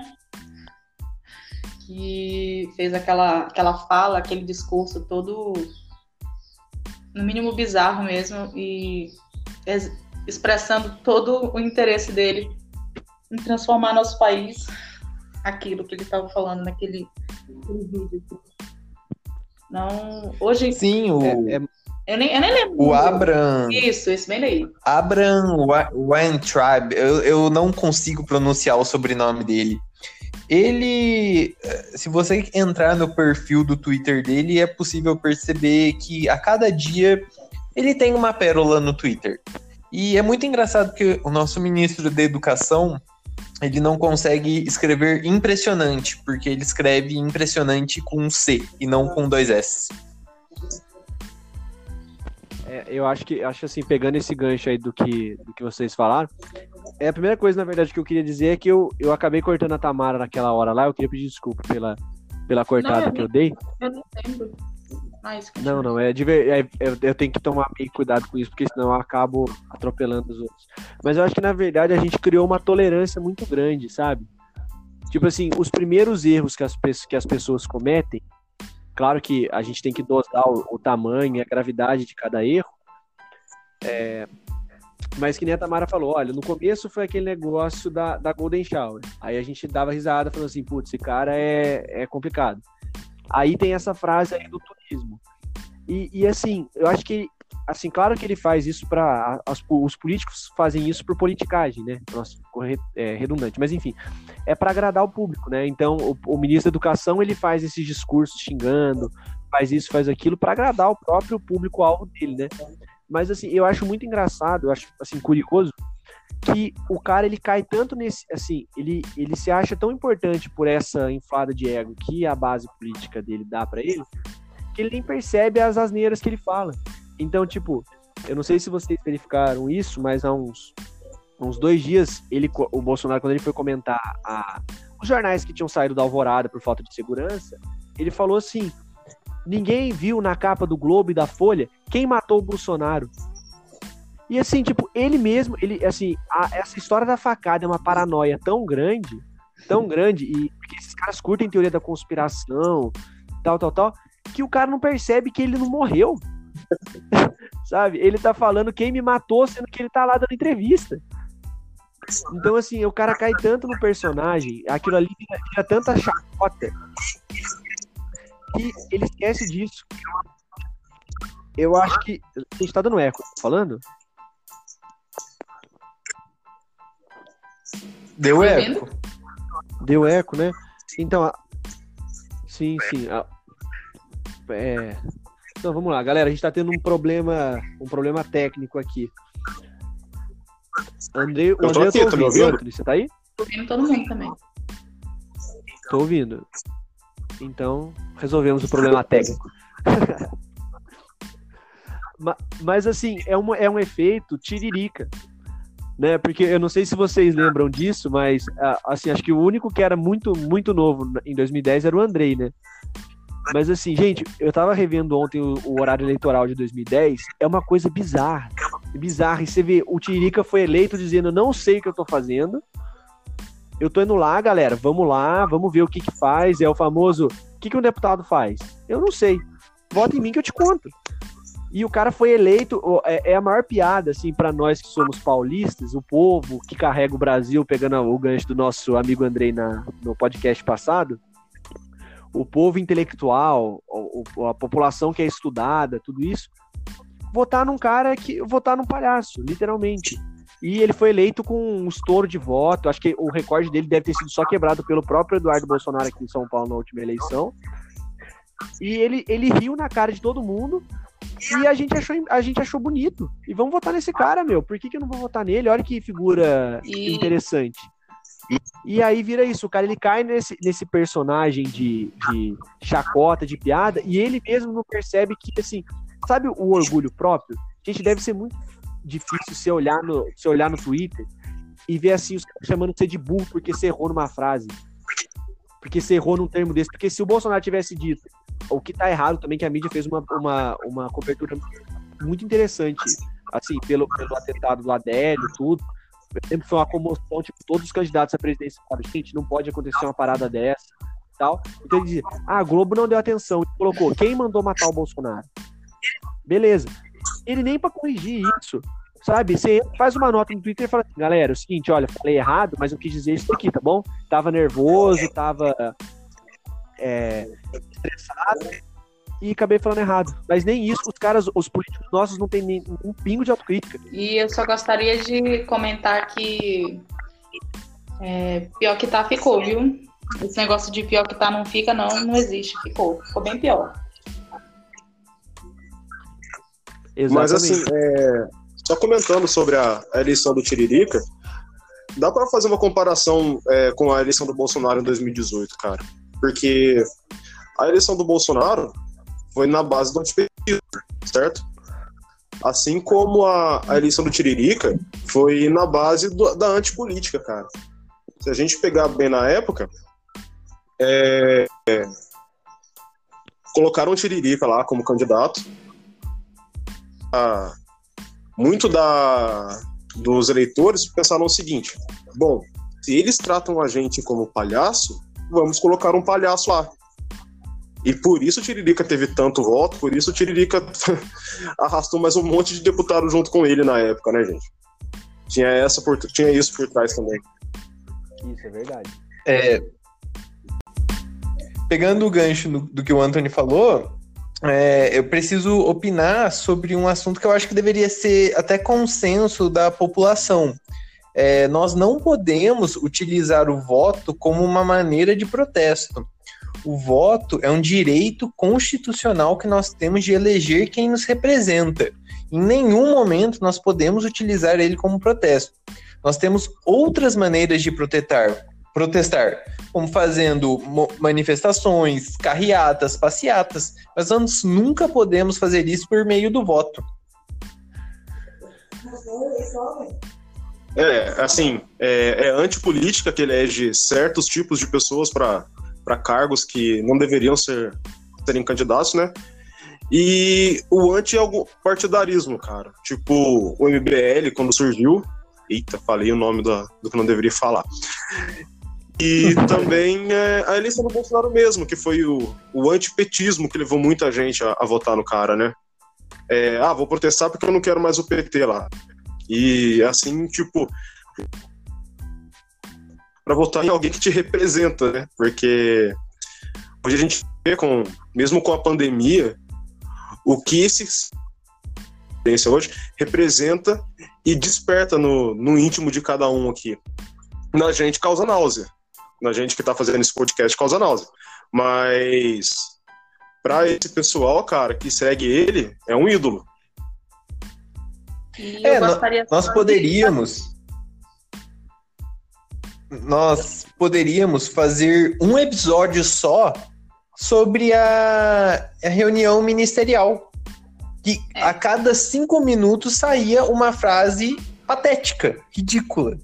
Que fez aquela, aquela fala, aquele discurso todo, no mínimo bizarro mesmo, e ex- expressando todo o interesse dele em transformar nosso país, aquilo que ele estava falando naquele, naquele vídeo. Não, hoje... Sim, o... É, é... Eu nem, eu nem lembro. O Abraham... Isso, esse bem daí. Abraham Weintraub, eu, eu não consigo pronunciar o sobrenome dele. Ele, se você entrar no perfil do Twitter dele, é possível perceber que a cada dia ele tem uma pérola no Twitter. E é muito engraçado que o nosso ministro da Educação, ele não consegue escrever impressionante, porque ele escreve impressionante com um C e não com dois S. É, eu acho que, acho assim, pegando esse gancho aí do que, do que vocês falaram, é a primeira coisa, na verdade, que eu queria dizer é que eu, eu acabei cortando a Tamara naquela hora lá, eu queria pedir desculpa pela, pela cortada não, eu que eu dei. Eu não lembro. Mas, não, não, é, de, é, é eu tenho que tomar meio cuidado com isso, porque senão eu acabo atropelando os outros. Mas eu acho que, na verdade, a gente criou uma tolerância muito grande, sabe? Tipo assim, os primeiros erros que as, que as pessoas cometem, claro que a gente tem que dosar o, o tamanho e a gravidade de cada erro, é, mas que nem a Tamara falou, olha, no começo foi aquele negócio da, da Golden Shower, aí a gente dava risada falando assim, putz, esse cara é, é complicado. Aí tem essa frase aí do turismo. E, e assim, eu acho que, assim, claro que ele faz isso para... Os políticos fazem isso por politicagem, né? Nossa, é redundante, mas enfim, é para agradar o público, né? Então, o, o ministro da Educação, ele faz esses discursos xingando, faz isso, faz aquilo, para agradar o próprio público-alvo dele, né? Mas, assim, eu acho muito engraçado, eu acho, assim, curioso, que o cara, ele cai tanto nesse, assim, ele, ele se acha tão importante por essa inflada de ego que a base política dele dá pra ele, que ele nem percebe as asneiras que ele fala. Então, tipo, eu não sei se vocês verificaram isso, mas há uns, uns dois dias, ele, o Bolsonaro, quando ele foi comentar a, os jornais que tinham saído da Alvorada por falta de segurança, ele falou assim, ninguém viu na capa do Globo e da Folha quem matou o Bolsonaro. E assim, tipo, ele mesmo, ele, assim, a, essa história da facada é uma paranoia tão grande, tão grande, e porque esses caras curtem teoria da conspiração, tal, tal, tal, que o cara não percebe que ele não morreu, sabe? Ele tá falando quem me matou, sendo que ele tá lá dando entrevista. Então, assim, o cara cai tanto no personagem, aquilo ali vira, vira tanta chacota, que ele esquece disso. Eu acho que... A gente tá dando eco, tá falando? Deu eco. Deu eco, né? Então, a... sim, sim. A... É... Então, vamos lá, galera. A gente tá tendo um problema, um problema técnico aqui. André, o Eu tô André, aqui, eu tô tá me ouvindo. ouvindo? Anthony, você tá aí? Tô ouvindo todo mundo também. Tô ouvindo. Então, resolvemos o problema técnico. Mas, assim, é, uma, é um efeito tiririca. né? Porque eu não sei se vocês lembram disso, mas assim, acho que o único que era muito, muito novo em dois mil e dez era o Andrei, né? Mas assim, gente, eu tava revendo ontem o, o horário eleitoral de dois mil e dez, é uma coisa bizarra, bizarra. E você vê, o Tiririca foi eleito dizendo, não sei o que eu tô fazendo, eu tô indo lá, galera, vamos lá, vamos ver o que que faz, é o famoso, o que que um deputado faz? Eu não sei, vota em mim que eu te conto. E o cara foi eleito, é, é a maior piada, assim, pra nós que somos paulistas, o povo que carrega o Brasil, pegando o gancho do nosso amigo Andrei na, no podcast passado, o povo intelectual, a, a população que é estudada, tudo isso, votar num cara que, votar num palhaço, literalmente. E ele foi eleito com um estouro de voto, acho que o recorde dele deve ter sido só quebrado pelo próprio Eduardo Bolsonaro aqui em São Paulo na última eleição. E ele, ele riu na cara de todo mundo, e a gente achou, a gente achou bonito. E vamos votar nesse cara, meu. Por que, que eu não vou votar nele? Olha que figura e... interessante. E aí vira isso, o cara ele cai nesse, nesse personagem de, de chacota, de piada, e ele mesmo não percebe que, assim, sabe o orgulho próprio? Gente, deve ser muito difícil você olhar no, você olhar no Twitter e ver assim, os caras chamando você de burro porque você errou numa frase. Porque você errou num termo desse. Porque se o Bolsonaro tivesse dito o que tá errado também, que a mídia fez uma, uma, uma cobertura muito interessante, assim, pelo, pelo atentado do Adélio, tudo. Sempre foi uma comoção, tipo, todos os candidatos à presidência falaram, gente, não pode acontecer uma parada dessa e tal. Então ele dizia, ah, a Globo não deu atenção. Ele colocou, quem mandou matar o Bolsonaro? Beleza. Ele nem pra corrigir isso, sabe? Você faz uma nota no Twitter e fala assim, galera, é o seguinte, olha, falei errado, mas eu quis dizer isso aqui, tá bom? Tava nervoso, tava é, estressado e acabei falando errado. Mas nem isso, os caras, os políticos nossos não tem nem um pingo de autocrítica. E eu só gostaria de comentar que é, pior que tá, ficou, viu? Esse negócio de pior que tá não fica, não, não existe. Ficou, ficou bem pior. Exatamente. Mas assim, é, só comentando sobre a, a eleição do Tiririca, dá pra fazer uma comparação é, com a eleição do Bolsonaro em dois mil e dezoito, cara. Porque a eleição do Bolsonaro foi na base do antipetismo, certo? Assim como a, a eleição do Tiririca foi na base do, da antipolítica, cara. Se a gente pegar bem na época, é, é, colocaram o Tiririca lá como candidato. A, muito da, dos eleitores pensaram o seguinte, bom, se eles tratam a gente como palhaço, vamos colocar um palhaço lá. E por isso o Tiririca teve tanto voto, por isso o Tiririca arrastou mais um monte de deputado junto com ele na época, né, gente? Tinha, essa por, tinha isso por trás também. Isso, é verdade. É, pegando o gancho do, do que o Anthony falou, é, eu preciso opinar sobre um assunto que eu acho que deveria ser até consenso da população. É, nós não podemos utilizar o voto como uma maneira de protesto. O voto é um direito constitucional que nós temos de eleger quem nos representa. Em nenhum momento nós podemos utilizar ele como protesto. Nós temos outras maneiras de protestar, protestar como fazendo manifestações, carreatas, passeatas, mas nós nunca podemos fazer isso por meio do voto. É, assim, é, é antipolítica que elege certos tipos de pessoas para para cargos que não deveriam ser serem candidatos, né? E o anti é o partidarismo, cara. Tipo, o M B L, quando surgiu... Eita, falei o nome do, do que não deveria falar. E também é, a eleição do Bolsonaro mesmo, que foi o, o antipetismo que levou muita gente a, a votar no cara, né? É, ah, vou protestar porque eu não quero mais o P T lá. E assim, tipo... para votar em alguém que te representa, né? Porque hoje a gente vê, com, mesmo com a pandemia, o que esse hoje representa e desperta no, no íntimo de cada um aqui. Na gente causa náusea. Na gente que tá fazendo esse podcast causa náusea. Mas para esse pessoal, cara, que segue ele, é um ídolo. E é, eu gostaria nós poderíamos... Nós poderíamos fazer um episódio só sobre a, a reunião ministerial. Que a cada cinco minutos saía uma frase patética, ridícula.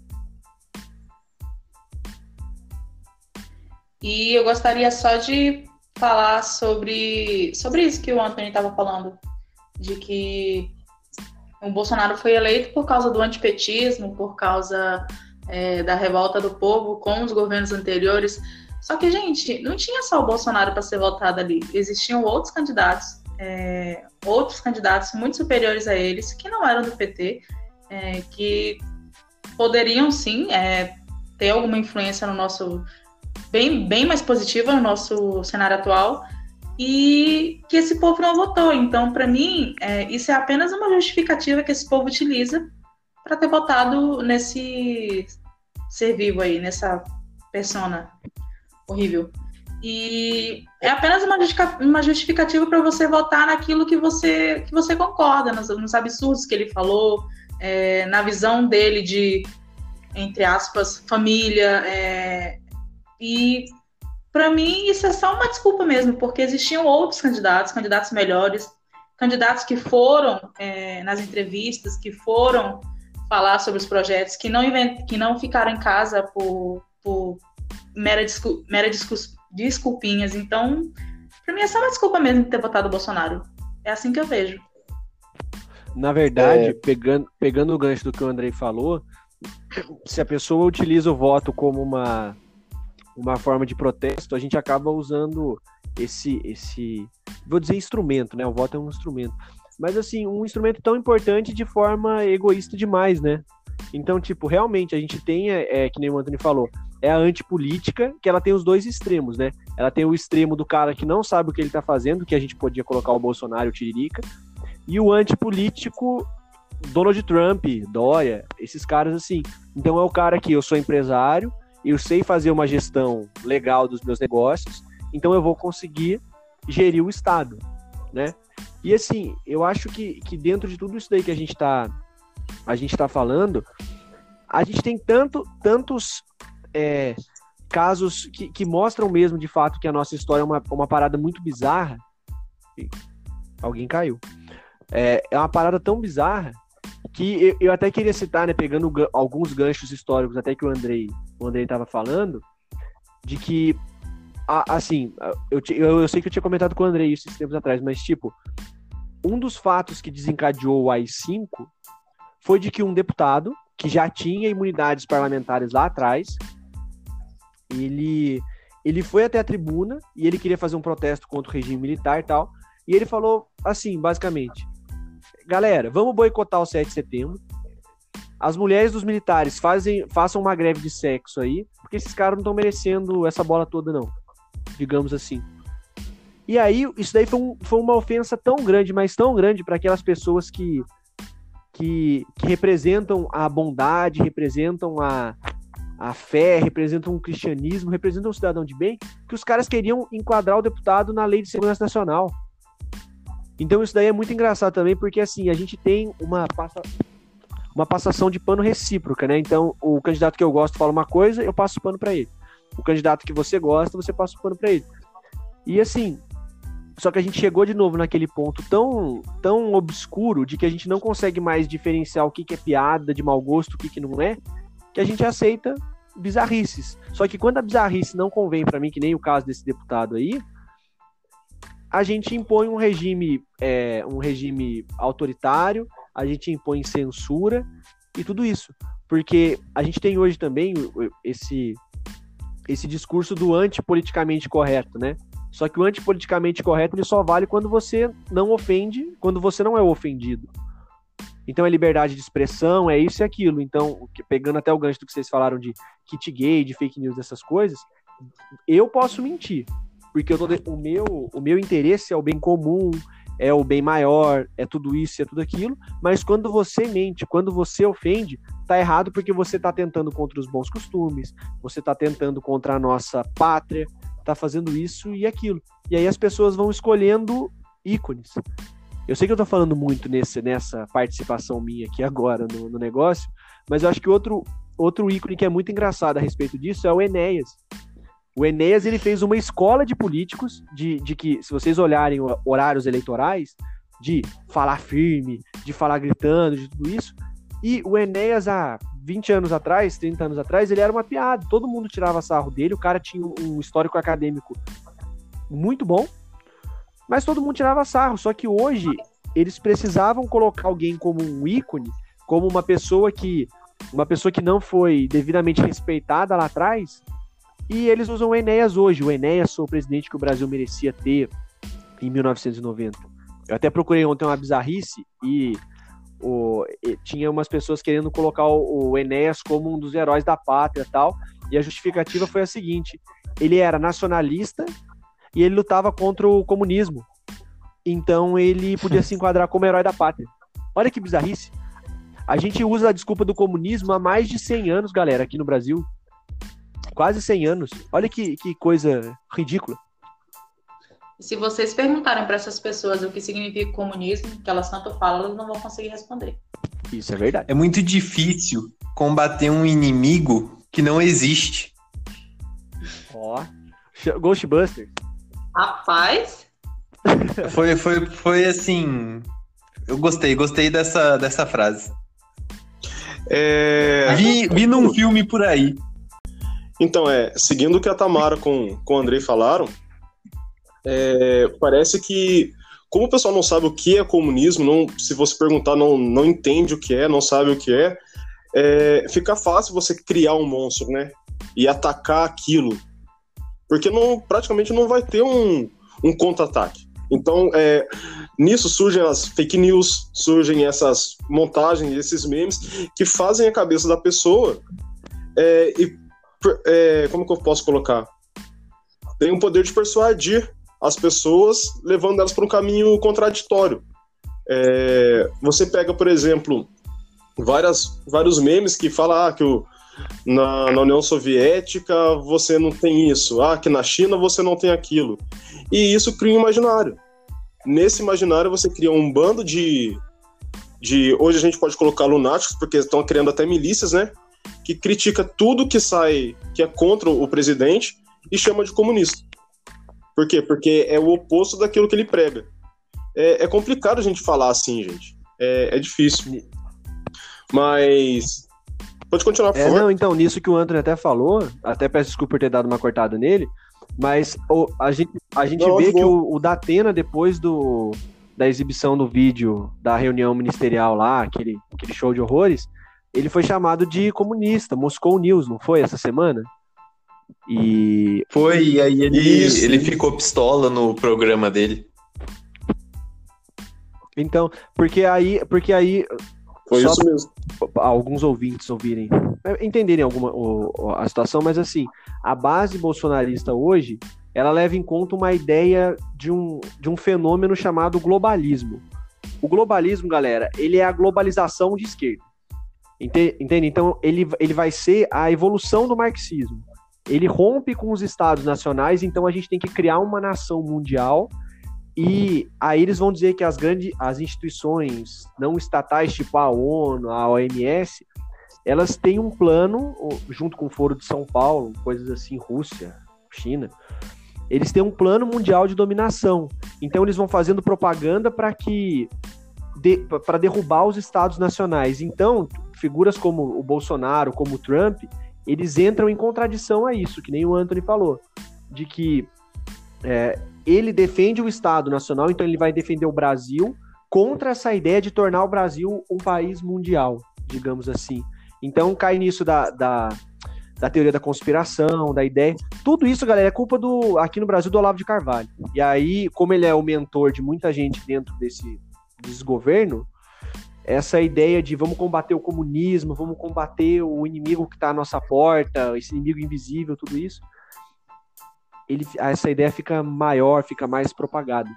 E eu gostaria só de falar sobre, sobre isso que o Anthony estava falando, de que o Bolsonaro foi eleito por causa do antipetismo, por causa é, da revolta do povo com os governos anteriores. Só que, gente, não tinha só o Bolsonaro para ser votado ali. Existiam outros candidatos, é, outros candidatos muito superiores a eles, que não eram do P T, é, que poderiam, sim, é, ter alguma influência no nosso... Bem, bem mais positiva no nosso cenário atual, e que esse povo não votou. Então, para mim, é, isso é apenas uma justificativa que esse povo utiliza para ter votado nesse ser vivo aí, nessa persona horrível. E é apenas uma, justific- uma justificativa para você votar naquilo que você, que você concorda, nos, nos absurdos que ele falou, é, na visão dele de, entre aspas, família. É, e, para mim, isso é só uma desculpa mesmo, porque existiam outros candidatos, candidatos melhores, candidatos que foram é, nas entrevistas, que foram falar sobre os projetos, que não, invent... que não ficaram em casa por, por mera, discu... mera discu... desculpinhas. Então, para mim, é só uma desculpa mesmo de ter votado o Bolsonaro. É assim que eu vejo. Na verdade, É. pegando, pegando o gancho do que o Andrei falou, se a pessoa utiliza o voto como uma, uma forma de protesto, a gente acaba usando esse, esse, vou dizer instrumento, né? O voto é um instrumento. Mas, assim, um instrumento tão importante de forma egoísta demais, né? Então, tipo, realmente, a gente tem, é, que nem o Anthony falou, é a antipolítica, que ela tem os dois extremos, né? Ela tem o extremo do cara que não sabe o que ele tá fazendo, que a gente podia colocar o Bolsonaro e o Tiririca, e o antipolítico Donald Trump, Dória, esses caras assim. Então é o cara que eu sou empresário, eu sei fazer uma gestão legal dos meus negócios, então eu vou conseguir gerir o Estado, né? E assim, eu acho que, que dentro de tudo isso daí que a gente tá, a gente tá falando, a gente tem tanto, tantos é, casos que, que mostram mesmo de fato que a nossa história é uma, uma parada muito bizarra. Alguém caiu. É, é uma parada tão bizarra que eu, eu até queria citar, né, pegando ga- alguns ganchos históricos, até que o Andrei o Andrei estava falando, de que, a, assim, eu, ti- eu, eu sei que eu tinha comentado com o Andrei isso esses tempos atrás, mas, tipo, um dos fatos que desencadeou o A I cinco foi de que um deputado, que já tinha imunidades parlamentares lá atrás, ele, ele foi até a tribuna e ele queria fazer um protesto contra o regime militar e tal, e ele falou assim, basicamente: galera, vamos boicotar o sete de setembro. As mulheres dos militares fazem, façam uma greve de sexo aí, porque esses caras não estão merecendo essa bola toda, não. Digamos assim. E aí, isso daí foi, um, foi uma ofensa tão grande, mas tão grande para aquelas pessoas que, que, que representam a bondade, representam a, a fé, representam o cristianismo, representam o cidadão de bem, que os caras queriam enquadrar o deputado na Lei de Segurança Nacional. Então isso daí é muito engraçado também, porque assim, a gente tem uma, passa... uma passação de pano recíproca, né? Então o candidato que eu gosto fala uma coisa, eu passo o pano pra ele. O candidato que você gosta, você passa o pano pra ele. E assim, só que a gente chegou de novo naquele ponto tão, tão obscuro de que a gente não consegue mais diferenciar o que, que é piada, de mau gosto, o que, que não é, que a gente aceita bizarrices. Só que quando a bizarrice não convém pra mim, que nem o caso desse deputado aí, a gente impõe um regime, é, um regime autoritário, a gente impõe censura e tudo isso. Porque a gente tem hoje também esse, esse discurso do antipoliticamente correto, né? Só que o antipoliticamente correto ele só vale quando você não ofende, quando você não é o ofendido. Então é liberdade de expressão, é isso e aquilo. Então, pegando até o gancho do que vocês falaram de kit gay, de fake news, dessas coisas, eu posso mentir. Porque eu tô de... o, meu, o meu interesse é o bem comum, é o bem maior, é tudo isso, é tudo aquilo, mas quando você mente, quando você ofende, tá errado porque você tá tentando contra os bons costumes, você tá tentando contra a nossa pátria, tá fazendo isso e aquilo. E aí as pessoas vão escolhendo ícones. Eu sei que eu tô falando muito nesse, nessa participação minha aqui agora no, no negócio, mas eu acho que outro, outro ícone que é muito engraçado a respeito disso é o Enéas. O Enéas, ele fez uma escola de políticos, de, de que, se vocês olharem horários eleitorais, de falar firme, de falar gritando, de tudo isso, E o Enéas, há vinte anos atrás, trinta anos atrás, ele era uma piada. Todo mundo tirava sarro dele, o cara tinha um histórico acadêmico muito bom, mas todo mundo tirava sarro. Só que hoje, eles precisavam colocar alguém como um ícone, como uma pessoa que, uma pessoa que não foi devidamente respeitada lá atrás, e eles usam o Enéas hoje. O Enéas foi o presidente que o Brasil merecia ter em mil novecentos e noventa. Eu até procurei ontem uma bizarrice e, o, e tinha umas pessoas querendo colocar o, o Enéas como um dos heróis da pátria e tal, e a justificativa foi a seguinte: ele era nacionalista e ele lutava contra o comunismo, então ele podia se enquadrar como herói da pátria. Olha que bizarrice. A gente usa a desculpa do comunismo há mais de cem anos, galera, aqui no Brasil. Quase cem anos. Olha que, que coisa ridícula. E se vocês perguntarem para essas pessoas o que significa comunismo, que elas tanto falam, elas não vão conseguir responder. Isso é verdade. É muito difícil combater um inimigo que não existe. Ó, Ghostbusters. Rapaz, Foi, foi, foi assim... Eu gostei, gostei dessa, dessa frase. É... Vi, vi num filme por aí. Então, é, seguindo o que a Tamara com, com o Andrei falaram, é, parece que, como o pessoal não sabe o que é comunismo, não, se você perguntar, não, não entende o que é, não sabe o que é, é, fica fácil você criar um monstro, né? E atacar aquilo. Porque não, praticamente não vai ter um, um contra-ataque. Então, é, nisso surgem as fake news, surgem essas montagens, esses memes, que fazem a cabeça da pessoa é, e É, como que eu posso colocar? Tem o poder de persuadir as pessoas, levando elas para um caminho contraditório. É, você pega, por exemplo, várias, vários memes que falam ah, que o, na, na União Soviética você não tem isso, ah, que na China você não tem aquilo. E isso cria um imaginário. Nesse imaginário você cria um bando de... de hoje a gente pode colocar lunáticos, porque estão criando até milícias, né? Que critica tudo que sai, que é contra o presidente e chama de comunista. Por quê? Porque é o oposto daquilo que ele prega. É, é complicado a gente falar assim, gente. É, é difícil. Mas... Pode continuar, por é, favor. Não, então, nisso que o Anthony até falou, até peço desculpa por ter dado uma cortada nele, mas o, a gente, a gente Não, vê bom. que o, o Datena, depois do, da exibição do vídeo da reunião ministerial lá, aquele, aquele show de horrores, ele foi chamado de comunista, Moscou News, não foi, essa semana? E... Foi, e aí ele, Isso, ele isso. ficou pistola no programa dele. Então, porque aí, porque aí Foi só isso mesmo. pra alguns ouvintes ouvirem, entenderem alguma, o, a situação, mas assim, a base bolsonarista hoje, ela leva em conta uma ideia de um, de um fenômeno chamado globalismo. O globalismo, galera, ele é a globalização de esquerda. Entende? Então, ele, ele vai ser a evolução do marxismo. Ele rompe com os estados nacionais, então a gente tem que criar uma nação mundial, e aí eles vão dizer que as grandes as instituições não estatais, tipo a ONU, a O M S, elas têm um plano, junto com o Foro de São Paulo, coisas assim, Rússia, China, eles têm um plano mundial de dominação. Então eles vão fazendo propaganda para que de, para derrubar os estados nacionais. Então, figuras como o Bolsonaro, como o Trump, eles entram em contradição a isso, que nem o Anthony falou, de que é, ele defende o Estado Nacional, então ele vai defender o Brasil contra essa ideia de tornar o Brasil um país mundial, digamos assim. Então cai nisso da, da, da teoria da conspiração, da ideia. Tudo isso, galera, é culpa do, aqui no Brasil, do Olavo de Carvalho. E aí, como ele é o mentor de muita gente dentro desse desgoverno, essa ideia de vamos combater o comunismo, vamos combater o inimigo que está à nossa porta, esse inimigo invisível, tudo isso, ele, essa ideia fica maior, fica mais propagada.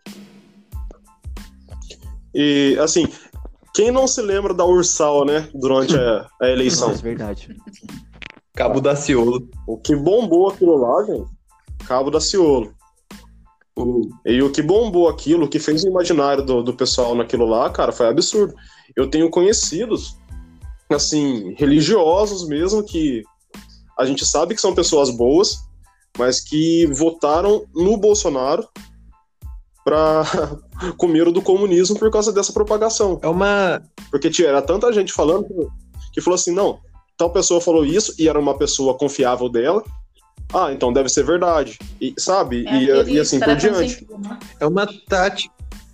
E, assim, quem não se lembra da Ursal, né, durante a, a eleição? Nossa, é verdade. Cabo Daciolo. O que bombou aquilo lá, gente, Cabo Daciolo. O, e o que bombou aquilo, o que fez o imaginário do, do pessoal naquilo lá, cara, foi absurdo. Eu tenho conhecidos, assim, religiosos mesmo, que a gente sabe que são pessoas boas, mas que votaram no Bolsonaro para com medo do comunismo por causa dessa propagação. É uma... Porque tinha, era tanta gente falando que, que falou assim, não, tal pessoa falou isso e era uma pessoa confiável dela, ah, então deve ser verdade, e, sabe? É e, aquele e assim por telefone diante. sem fio, né? É uma tática.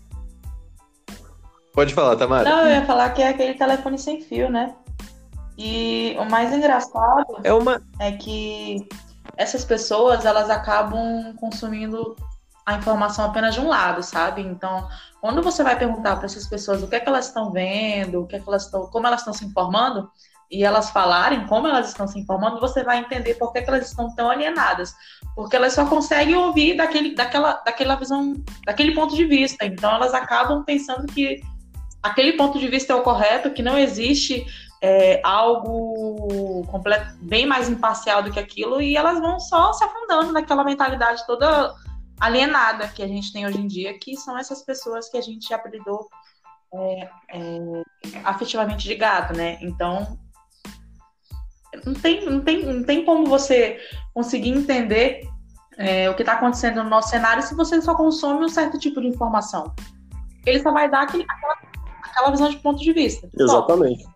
Pode falar, Tamara. Não, eu ia falar que é aquele telefone sem fio, né? E o mais engraçado É uma... é que essas pessoas, elas acabam consumindo a informação apenas de um lado, sabe? Então, quando você vai perguntar para essas pessoas o que é que elas estão vendo, o que é que elas estão, como elas estão se informando, e elas falarem como elas estão se informando, você vai entender por que, que elas estão tão alienadas. Porque elas só conseguem ouvir daquele, daquela, daquela visão, daquele ponto de vista. Então, elas acabam pensando que aquele ponto de vista é o correto, que não existe é, algo completo, bem mais imparcial do que aquilo, e elas vão só se afundando naquela mentalidade toda alienada que a gente tem hoje em dia, que são essas pessoas que a gente apelidou é, é, afetivamente de gado, né? Então, não tem, não tem, não tem como você conseguir entender é, o que está acontecendo no nosso cenário se você só consome um certo tipo de informação. Ele só vai dar aquele, aquela, aquela visão de ponto de vista. Exatamente.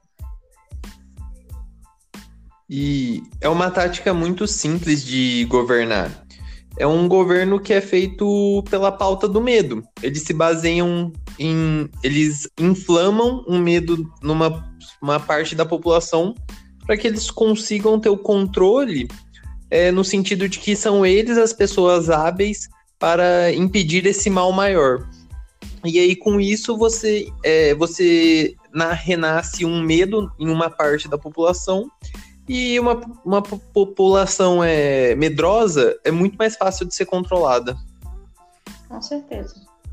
E é uma tática muito simples de governar. É um governo que é feito pela pauta do medo. Eles se baseiam em... Eles inflamam um medo numa uma parte da população para que eles consigam ter o controle é, no sentido de que são eles as pessoas hábeis para impedir esse mal maior. E aí, com isso, você, é, você na, renasce um medo em uma parte da população. E uma, uma população é, medrosa é muito mais fácil de ser controlada. Com certeza.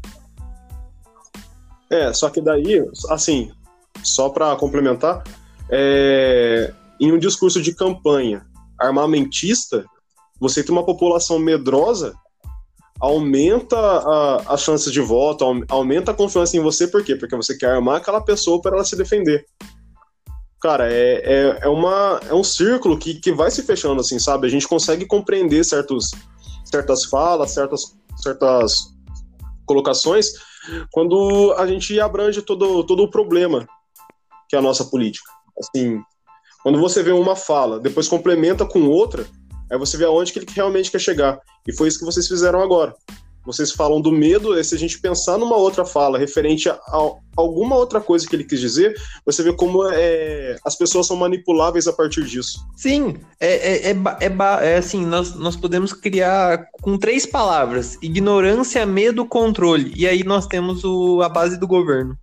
É, só que daí, assim, só para complementar, é, em um discurso de campanha armamentista, você tem uma população medrosa, aumenta a, as chances de voto, aumenta a confiança em você, por quê? Porque você quer armar aquela pessoa para ela se defender. Cara, é, é, é, uma, é um círculo que, que vai se fechando, assim, sabe? A gente consegue compreender certos, certas falas, certas, certas colocações, quando a gente abrange todo, todo o problema que é a nossa política. Assim, quando você vê uma fala, depois complementa com outra, aí você vê aonde que ele realmente quer chegar. E foi isso que vocês fizeram agora. Vocês falam do medo, e se a gente pensar numa outra fala referente a, a alguma outra coisa que ele quis dizer, você vê como é, as pessoas são manipuláveis a partir disso. Sim, é, é, é, é, é assim, nós, nós podemos criar com três palavras: ignorância, medo, controle. E aí nós temos o, a base do governo.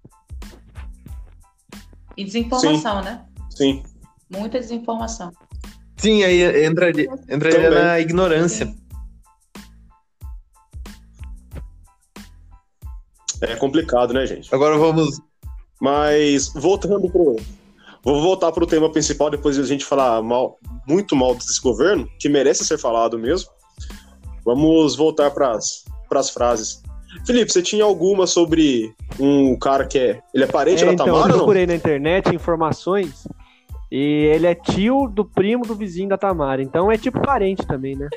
E desinformação, Sim. né? Sim. Muita desinformação. Sim, aí entraria, entraria na ignorância. Sim. É complicado, né, gente? Agora vamos... Mas, voltando pro... Vou voltar pro tema principal, depois de a gente falar mal, muito mal desse governo, que merece ser falado mesmo. Vamos voltar pras, pras frases. Felipe, você tinha alguma sobre um cara que é... Ele é parente É, da então, Tamara, eu ou não? procurei na internet informações e ele é tio do primo do vizinho da Tamara. Então é tipo parente também, né?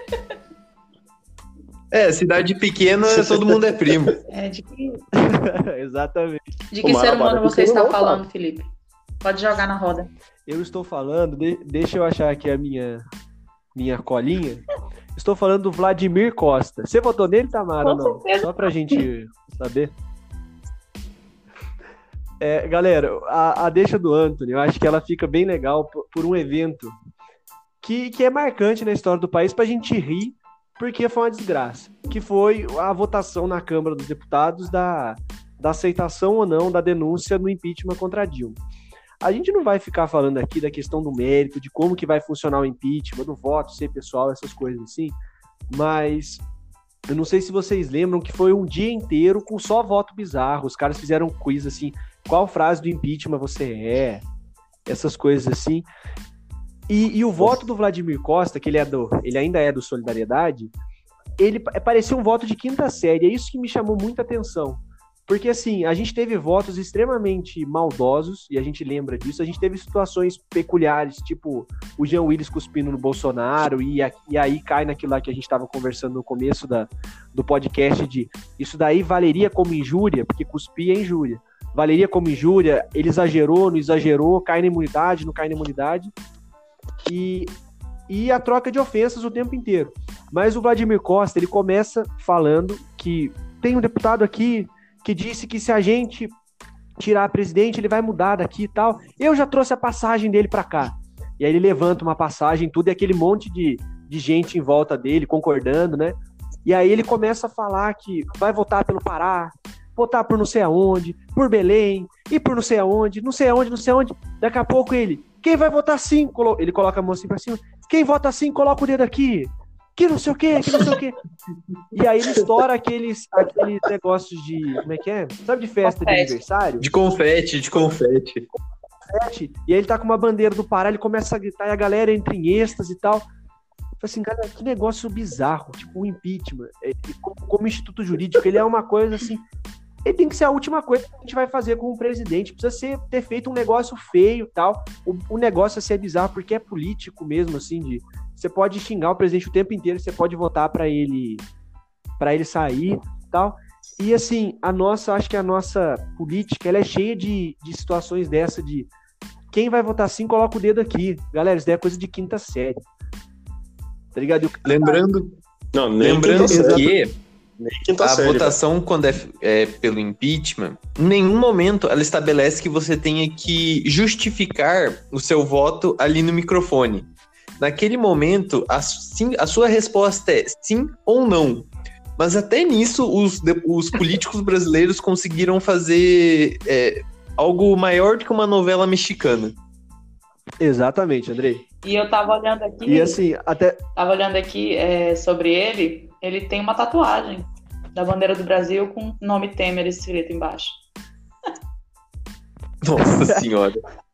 É, cidade pequena, todo mundo é primo. É, de que, Exatamente. de que O ser Marabada humano você pequeno está não, falando, Felipe? Pode jogar na roda. Eu estou falando, de- deixa eu achar aqui a minha, minha colinha. Estou falando do Vladimir Costa. Você votou nele, Tamara, ou Com não? certeza. Só pra gente saber. É, galera, a, a deixa do Anthony, eu acho que ela fica bem legal por, por um evento que, que é marcante na história do país pra gente rir, porque foi uma desgraça. Que foi a votação na Câmara dos Deputados da, da aceitação ou não da denúncia no impeachment contra a Dilma. A gente não vai ficar falando aqui da questão do mérito, de como que vai funcionar o impeachment, do voto ser pessoal, essas coisas assim, mas eu não sei se vocês lembram que foi um dia inteiro com só voto bizarro. Os caras fizeram um quiz assim, qual frase do impeachment você é, essas coisas assim. E, e o voto do Vladimir Costa, que ele, é do, ele ainda é do Solidariedade, ele parecia um voto de quinta série. É isso que me chamou muita atenção. Porque, assim, a gente teve votos extremamente maldosos, e a gente lembra disso. A gente teve situações peculiares, tipo o Jean Willis cuspindo no Bolsonaro, e, a, e aí cai naquilo lá que a gente estava conversando no começo da, do podcast, de isso daí valeria como injúria, porque cuspir é injúria. Valeria como injúria, ele exagerou, não exagerou, cai na imunidade, não cai na imunidade. E, e a troca de ofensas o tempo inteiro. Mas o Vladimir Costa, ele começa falando que tem um deputado aqui que disse que se a gente tirar a presidente, ele vai mudar daqui e tal. Eu já trouxe a passagem dele pra cá. E aí ele levanta uma passagem, tudo, e aquele monte de, de gente em volta dele, concordando, né? E aí ele começa a falar que vai votar pelo Pará, votar por não sei aonde, por Belém, e por não sei aonde, não sei aonde, não sei aonde. Daqui a pouco ele, quem vai votar sim? Ele coloca a mão assim pra cima. Quem vota sim, coloca o dedo aqui. Que não sei o que, que não sei o que. E aí ele estoura aqueles, aqueles negócios de, como é que é? Sabe, de festa confete. De aniversário? De confete, de confete. confete. E aí ele tá com uma bandeira do Pará, ele começa a gritar e a galera entra em êxtase e tal. Eu falei assim, cara, que negócio bizarro, tipo o impeachment. É, como, como instituto jurídico, ele é uma coisa assim, ele tem que ser a última coisa que a gente vai fazer com o presidente. Precisa ser, ter feito um negócio feio e tal. O, o negócio é ser bizarro, porque é político mesmo, assim, de... Você pode xingar o presidente o tempo inteiro, você pode votar para ele para ele sair e tal. E assim, a nossa, acho que a nossa política, ela é cheia de, de situações dessa de quem vai votar sim, coloca o dedo aqui. Galera, isso daí é coisa de quinta série. Tá ligado? Lembrando, não, nem lembrando que a série, votação, velho. Quando é, é pelo impeachment, em nenhum momento ela estabelece que você tenha que justificar o seu voto ali no microfone. Naquele momento, a, sim, a sua resposta é sim ou não. Mas até nisso, os, os políticos brasileiros conseguiram fazer é, algo maior do que uma novela mexicana. Exatamente, Andrei. E eu tava olhando aqui... E assim, até... Tava olhando aqui é, sobre ele, ele tem uma tatuagem da bandeira do Brasil com o nome Temer escrito embaixo. Nossa senhora.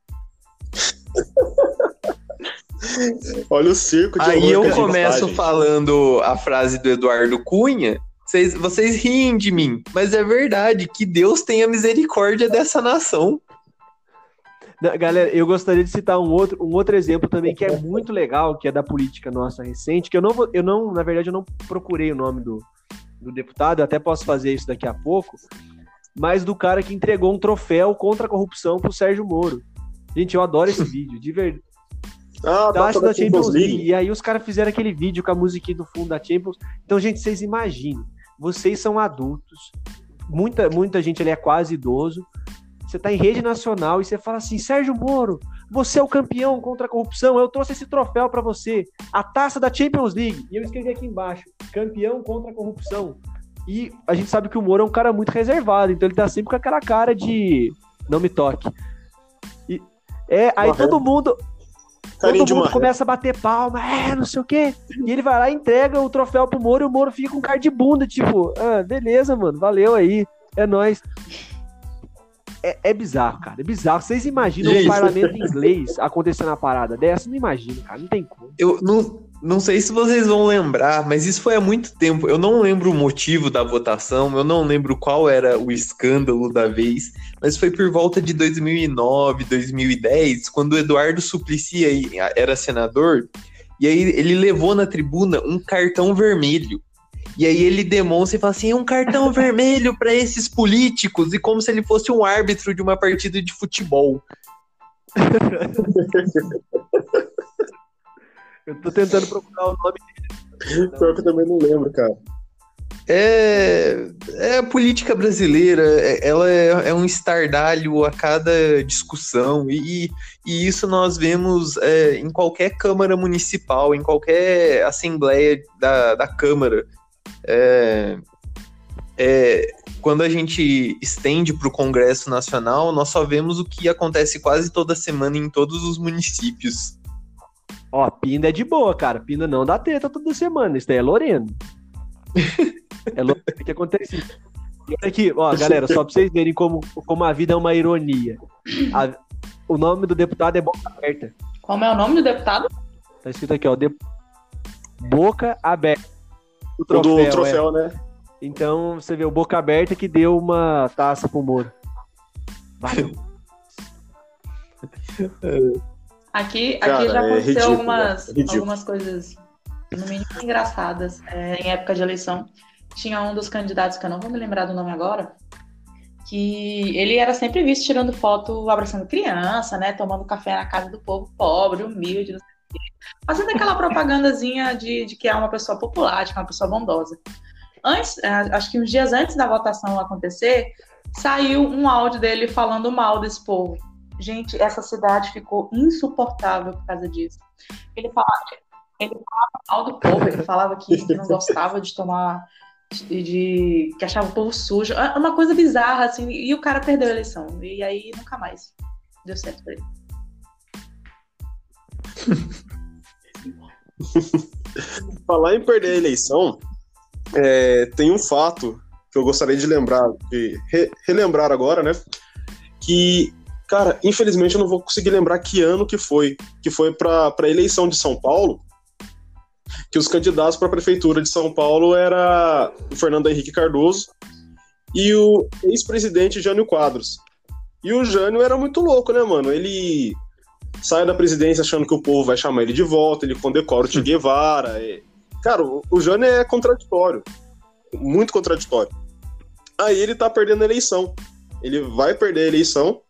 Olha o circo de Aí eu que começo tá, falando a frase do Eduardo Cunha, vocês, vocês riem de mim, mas é verdade, que Deus tenha misericórdia dessa nação. Não, galera, eu gostaria de citar um outro, um outro exemplo também que é muito legal, que é da política nossa recente, que eu não, vou, eu não na verdade, eu não procurei o nome do, do deputado, eu até posso fazer isso daqui a pouco, mas do cara que entregou um troféu contra a corrupção pro Sérgio Moro. Gente, eu adoro esse vídeo, de verdade. Ah, da, tá da Champions League. E aí os caras fizeram aquele vídeo com a musiquinha do fundo da Champions. Então, gente, vocês imaginem, vocês são adultos, muita, muita gente ali é quase idoso, você tá em rede nacional e você fala assim, Sérgio Moro, você é o campeão contra a corrupção, eu trouxe esse troféu pra você, a taça da Champions League. E eu escrevi aqui embaixo, campeão contra a corrupção. E a gente sabe que o Moro é um cara muito reservado, então ele tá sempre com aquela cara de não me toque. E, é, aí todo mundo... Todo mundo começa a bater palma, é, não sei o quê. E ele vai lá e entrega o troféu pro Moro e o Moro fica com cara de bunda, tipo, ah, beleza, mano, valeu aí, é nóis. É, é bizarro, cara, é bizarro. Vocês imaginam um parlamento inglês acontecendo uma parada dessa? Não imagino, cara, não tem como. Eu não, não sei se vocês vão lembrar, mas isso foi há muito tempo. Eu não lembro o motivo da votação, eu não lembro qual era o escândalo da vez, mas foi por volta de dois mil e nove, dois mil e dez, quando o Eduardo Suplicy era senador, e aí ele levou na tribuna um cartão vermelho. E aí ele demonstra e fala assim, um cartão vermelho para esses políticos, e como se ele fosse um árbitro de uma partida de futebol. Eu tô tentando procurar o nome dele. Pior que eu também não lembro, cara. É, é a política brasileira, ela é, é um estardalho a cada discussão, e, e isso nós vemos é, em qualquer Câmara Municipal, em qualquer Assembleia da, da Câmara. É, é, quando a gente estende para o Congresso Nacional, nós só vemos o que acontece quase toda semana em todos os municípios. Ó, Pinda é de boa, cara. Pinda não dá treta toda semana. Isso daí é Lorena. É Lorena que acontece. E olha aqui, ó, galera, só pra vocês verem como, como a vida é uma ironia. A, o nome do deputado é Boca Aberta. Como é o nome do deputado? Tá escrito aqui, ó. De, Boca Aberta. O troféu, o do troféu, é, né? Então, você vê o Boca Aberta que deu uma taça pro Moro. Valeu. Aqui, aqui Cara, já é aconteceu ridículo, algumas, é ridículo. algumas coisas, no mínimo, engraçadas. É, em época de eleição, tinha um dos candidatos, que eu não vou me lembrar do nome agora, que ele era sempre visto tirando foto, abraçando criança, né? Tomando café na casa do povo pobre, humilde, não sei o quê. Fazendo aquela propagandazinha de, de que é uma pessoa popular, de que é uma pessoa bondosa. Antes, acho que uns dias antes da votação acontecer, saiu um áudio dele falando mal desse povo. Gente, essa cidade ficou insuportável por causa disso. Ele falava, ele falava mal do povo, ele falava que não gostava de tomar, de, de que achava o povo sujo. É uma coisa bizarra, assim, e o cara perdeu a eleição. E aí nunca mais deu certo pra ele. Falar em perder a eleição, é, tem um fato que eu gostaria de lembrar, de re- relembrar agora, né? Que, cara, infelizmente eu não vou conseguir lembrar que ano que foi, que foi para a eleição de São Paulo, que os candidatos para a prefeitura de São Paulo era o Fernando Henrique Cardoso e o ex-presidente Jânio Quadros. E o Jânio era muito louco, né, mano? Ele sai da presidência achando que o povo vai chamar ele de volta, ele condecora o Che Guevara. E... Cara, o, o Jânio é contraditório, muito contraditório. Aí ele tá perdendo a eleição. Ele vai perder a eleição.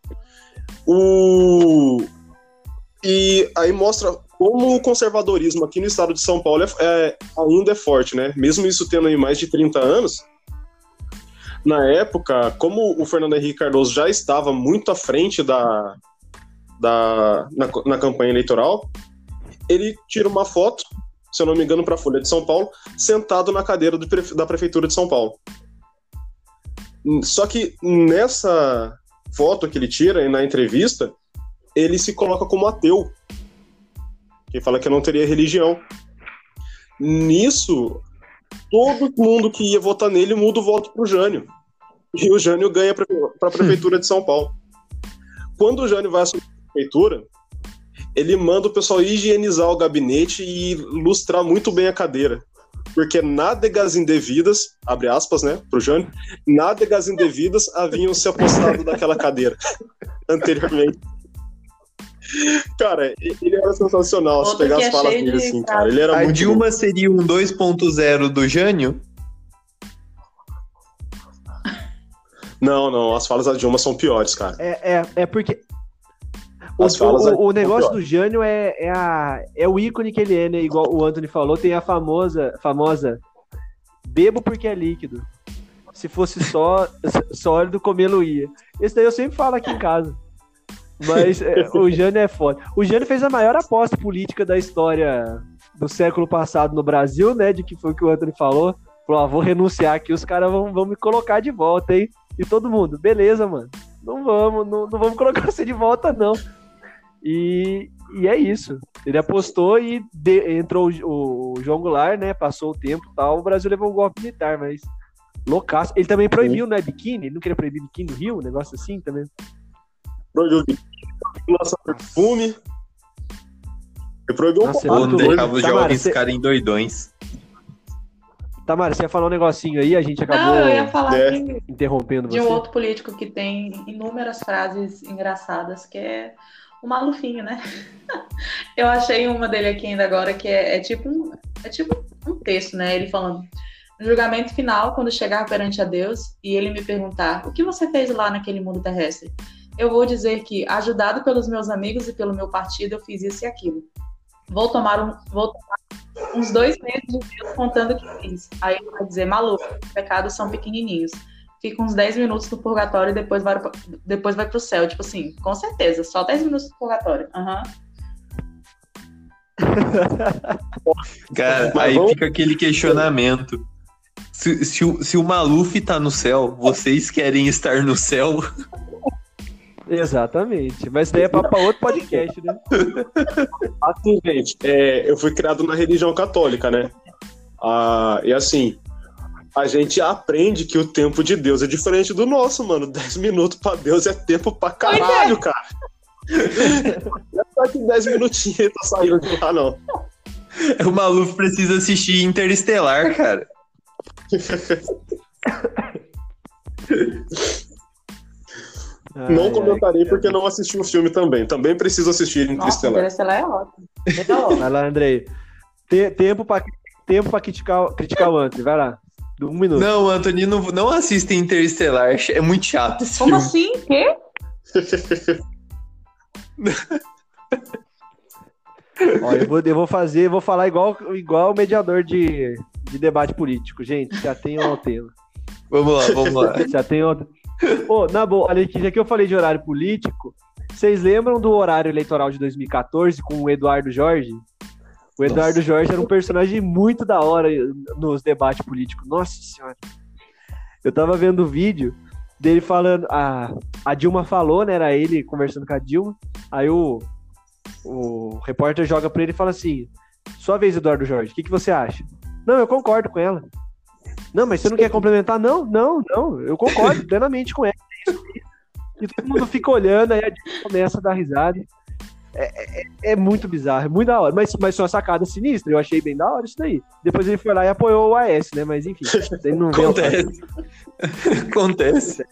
O... E aí mostra como o conservadorismo aqui no estado de São Paulo é, é, ainda é forte, né? Mesmo isso tendo aí mais de trinta anos, na época, como o Fernando Henrique Cardoso já estava muito à frente da, da, na, na campanha eleitoral, ele tira uma foto, se eu não me engano, para a Folha de São Paulo, sentado na cadeira do, da Prefeitura de São Paulo. Só que nessa foto que ele tira, e na entrevista, ele se coloca como ateu. Ele fala que não teria religião. Nisso, todo mundo que ia votar nele muda o voto pro Jânio. E o Jânio ganha para a Prefeitura de São Paulo. Quando o Jânio vai assumir a Prefeitura, ele manda o pessoal higienizar o gabinete e lustrar muito bem a cadeira. Porque nádegas indevidas, abre aspas, né, pro Jânio, nádegas indevidas haviam se apostado daquela cadeira anteriormente. Cara, ele era sensacional. Outro se pegar que as é falas cheio dele, de assim, cara. Ele era A muito Dilma bom. seria um dois ponto zero do Jânio? Não, não, as falas da Dilma são piores, cara. É, é, é porque o, As falas da o, o Dilma negócio são do Jânio é, é, a, é o ícone que ele é, né? Igual o Anthony falou, tem a famosa, famosa bebo porque é líquido. Se fosse só sólido, comê-lo ia. Esse daí eu sempre falo aqui em casa. Mas é, o Jânio é foda. O Jânio fez a maior aposta política da história do século passado no Brasil, né? De que foi o que o Anthony falou. Falou, ah, vou renunciar aqui, os caras vão, vão me colocar de volta, hein? E todo mundo, beleza, mano. Não vamos, não, não vamos colocar você de volta, não. E, e é isso. Ele apostou e de, entrou o, o João Goulart, né? Passou o tempo e tal. O Brasil levou um golpe militar, mas loucaço. Ele também proibiu, né? Biquíni. Ele não queria proibir biquíni no Rio, um negócio assim também. Proibiu lançar perfume. Ele proibiu um Nossa, pouco. Ou não muito deixava louco. os Tamara, jovens cê- ficarem doidões? Tamara, você ia falar um negocinho aí, a gente acabou Não, eu ia falar É. de, interrompendo de você. um outro político que tem inúmeras frases engraçadas, que é o Malufinho, né? Eu achei uma dele aqui ainda agora, que é, é tipo um, é tipo um texto, né? Ele falando: no julgamento final, quando chegar perante a Deus e ele me perguntar o que você fez lá naquele mundo terrestre, eu vou dizer que, ajudado pelos meus amigos e pelo meu partido, eu fiz isso e aquilo. Vou tomar, um, vou tomar uns dois meses de Deus contando o que fiz. Aí ele vai dizer: maluco, os pecados são pequenininhos. Fica uns dez minutos no purgatório e depois vai, depois vai pro céu. Tipo assim, com certeza, só dez minutos no purgatório. Aham. Cara, Mas aí vamos- fica aquele questionamento. Se, se, o, se o Maluf tá no céu, vocês querem estar no céu? Exatamente. Mas isso daí é papo pra outro podcast, né? Assim, gente, é, eu fui criado na religião católica, né? Ah, e assim, a gente aprende que o tempo de Deus é diferente do nosso, mano. dez minutos pra Deus é tempo pra caralho, cara. Não é só que dez minutinhos ele tá saindo de lá, não. O Maluf precisa assistir Interestelar, cara. Não Ai, comentarei ai, porque não assisti o filme também. Também preciso assistir Nossa, Interestelar. Interestelar é ótimo. É ótimo. Vai lá, Andrei. Te- tempo pra, tempo pra criticar, criticar o Anthony. Vai lá. Um minuto. Não, Anthony, não, não assista Interestelar. É muito chato esse Como filme. assim? Quê? Ó, eu, vou, eu vou fazer, vou falar igual, igual o mediador de, de debate político. Gente, já tem o tema. Vamos lá, vamos lá. Já tem o... Ô, na boa, olha aqui, já que eu falei de horário político, vocês lembram do horário eleitoral de dois mil e catorze com o Eduardo Jorge? O Eduardo Nossa. Jorge era um personagem muito da hora nos debates políticos. Nossa senhora. Eu tava vendo o vídeo dele falando. A, a Dilma falou, né? Era ele conversando com a Dilma. Aí o, o repórter joga pra ele e fala assim: sua vez, Eduardo Jorge, o que, que você acha? Não, eu concordo com ela. Não, mas você não quer complementar? Não, não, não. Eu concordo plenamente com ela. É isso, é isso. E todo mundo fica olhando, aí a Dilma começa a dar risada. É, é, é muito bizarro, é muito da hora. Mas, mas foi uma sacada sinistra, eu achei bem da hora isso daí. Depois ele foi lá e apoiou o A S, né? Mas enfim, ele não vê o- Acontece. Acontece.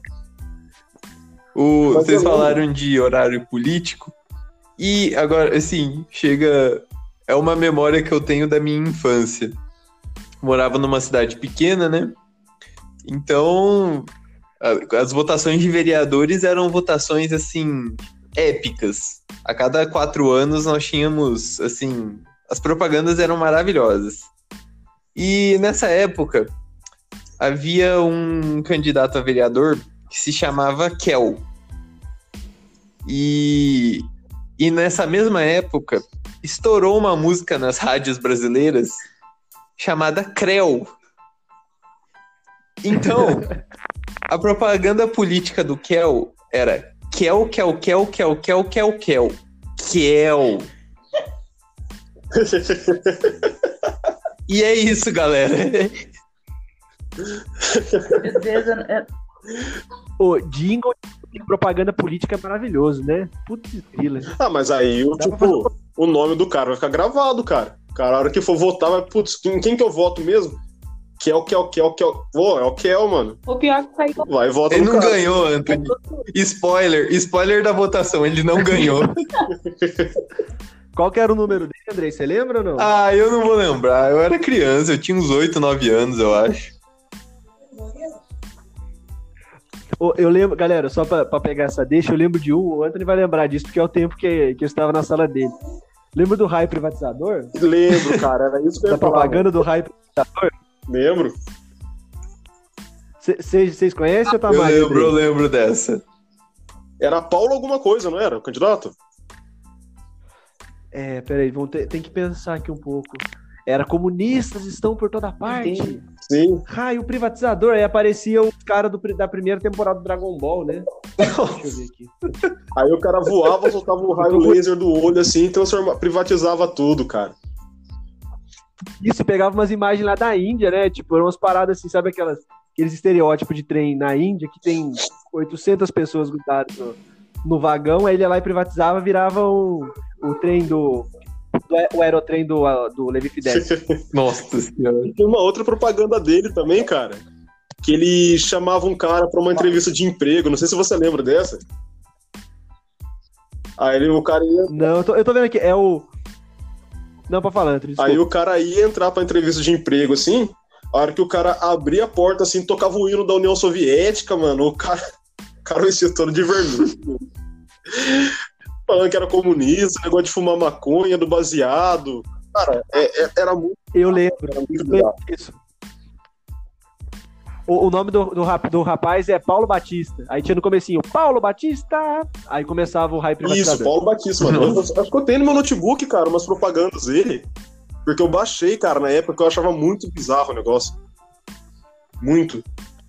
O, Mas vocês eu lembro. falaram de horário político. E agora, assim, chega. É uma memória que eu tenho da minha infância. Morava numa cidade pequena, né? Então, a- as votações de vereadores eram votações, assim, épicas. A cada quatro anos nós tínhamos, assim, as propagandas eram maravilhosas. E nessa época, havia um candidato a vereador que se chamava Kel. E, e nessa mesma época, estourou uma música nas rádios brasileiras chamada Creu. Então, a propaganda política do Kel era Kel, Kel, Kel, Kel, Kel, Kel, Kel. Kel. E é isso, galera. Meu Deus, eu- eu- O jingle de propaganda política é maravilhoso, né? Putz, grila. Ah, mas aí, o, Dá pra fazer tipo, o nome do cara vai ficar gravado, cara. Cara, a hora que for votar, vai, putz, quem, quem que eu voto mesmo? Kel, Kel, Kel, Kel. Pô, é o Kel, mano. o pior é que saiu. Vai e vota Ele no não cara. ganhou, Anthony. Spoiler, spoiler da votação, ele não ganhou. Qual que era o número dele, Andrei? Você lembra ou não? Ah, eu não vou lembrar. Eu era criança, eu tinha uns oito, nove anos, eu acho. Ô, Eu lembro, galera, só pra, pra pegar essa deixa, eu lembro de um, o Anthony vai lembrar disso, porque é o tempo que, que eu estava na sala dele. Lembra do raio privatizador? Lembro, cara, era isso que eu Da ia falar. propaganda do raio privatizador? Lembro. Vocês conhecem ou tá Eu mais? lembro, eu Andrei? lembro dessa. Era Paulo alguma coisa, não era? O candidato? É, peraí, vamos ter, tem que pensar aqui um pouco. Era comunistas estão por toda parte. Entendi. Sim. Raio privatizador, aí aparecia os caras da primeira temporada do Dragon Ball, né? Deixa eu ver aqui. Aí o cara voava, soltava um raio laser do olho assim e transforma... privatizava tudo, cara. Isso, pegava umas imagens lá da Índia, né? Tipo, eram umas paradas assim, sabe aquelas, aqueles estereótipos de trem na Índia que tem oitocentas pessoas grudadas no, no vagão, aí ele ia lá e privatizava, virava o, o trem do, do. O aerotrem do, do Levi Fidelix. Nossa senhora. Tem uma outra propaganda dele também, cara. Que ele chamava um cara pra uma entrevista de emprego. Não sei se você lembra dessa. Aí ele, o cara ia. Não, eu tô, eu tô vendo aqui, é o. Não, pra falar, Antônio, desculpa. Aí o cara ia entrar pra entrevista de emprego, assim. A hora que o cara abria a porta, assim, tocava o hino da União Soviética, mano. O cara, o cara vestia todo de vermelho. Falando que era comunista, negócio de fumar maconha, do baseado. Cara, é- é- era muito, Eu lembro, era muito eu bizarro. lembro disso. O, o nome do, do, rap- do rapaz é Paulo Batista. Aí tinha no comecinho, Paulo Batista! Aí começava o raio privatizador. Isso, Paulo Batista, mano. Eu, acho que eu tenho no meu notebook, cara, umas propagandas dele. Porque eu baixei, cara, na época que eu achava muito bizarro o negócio. Muito.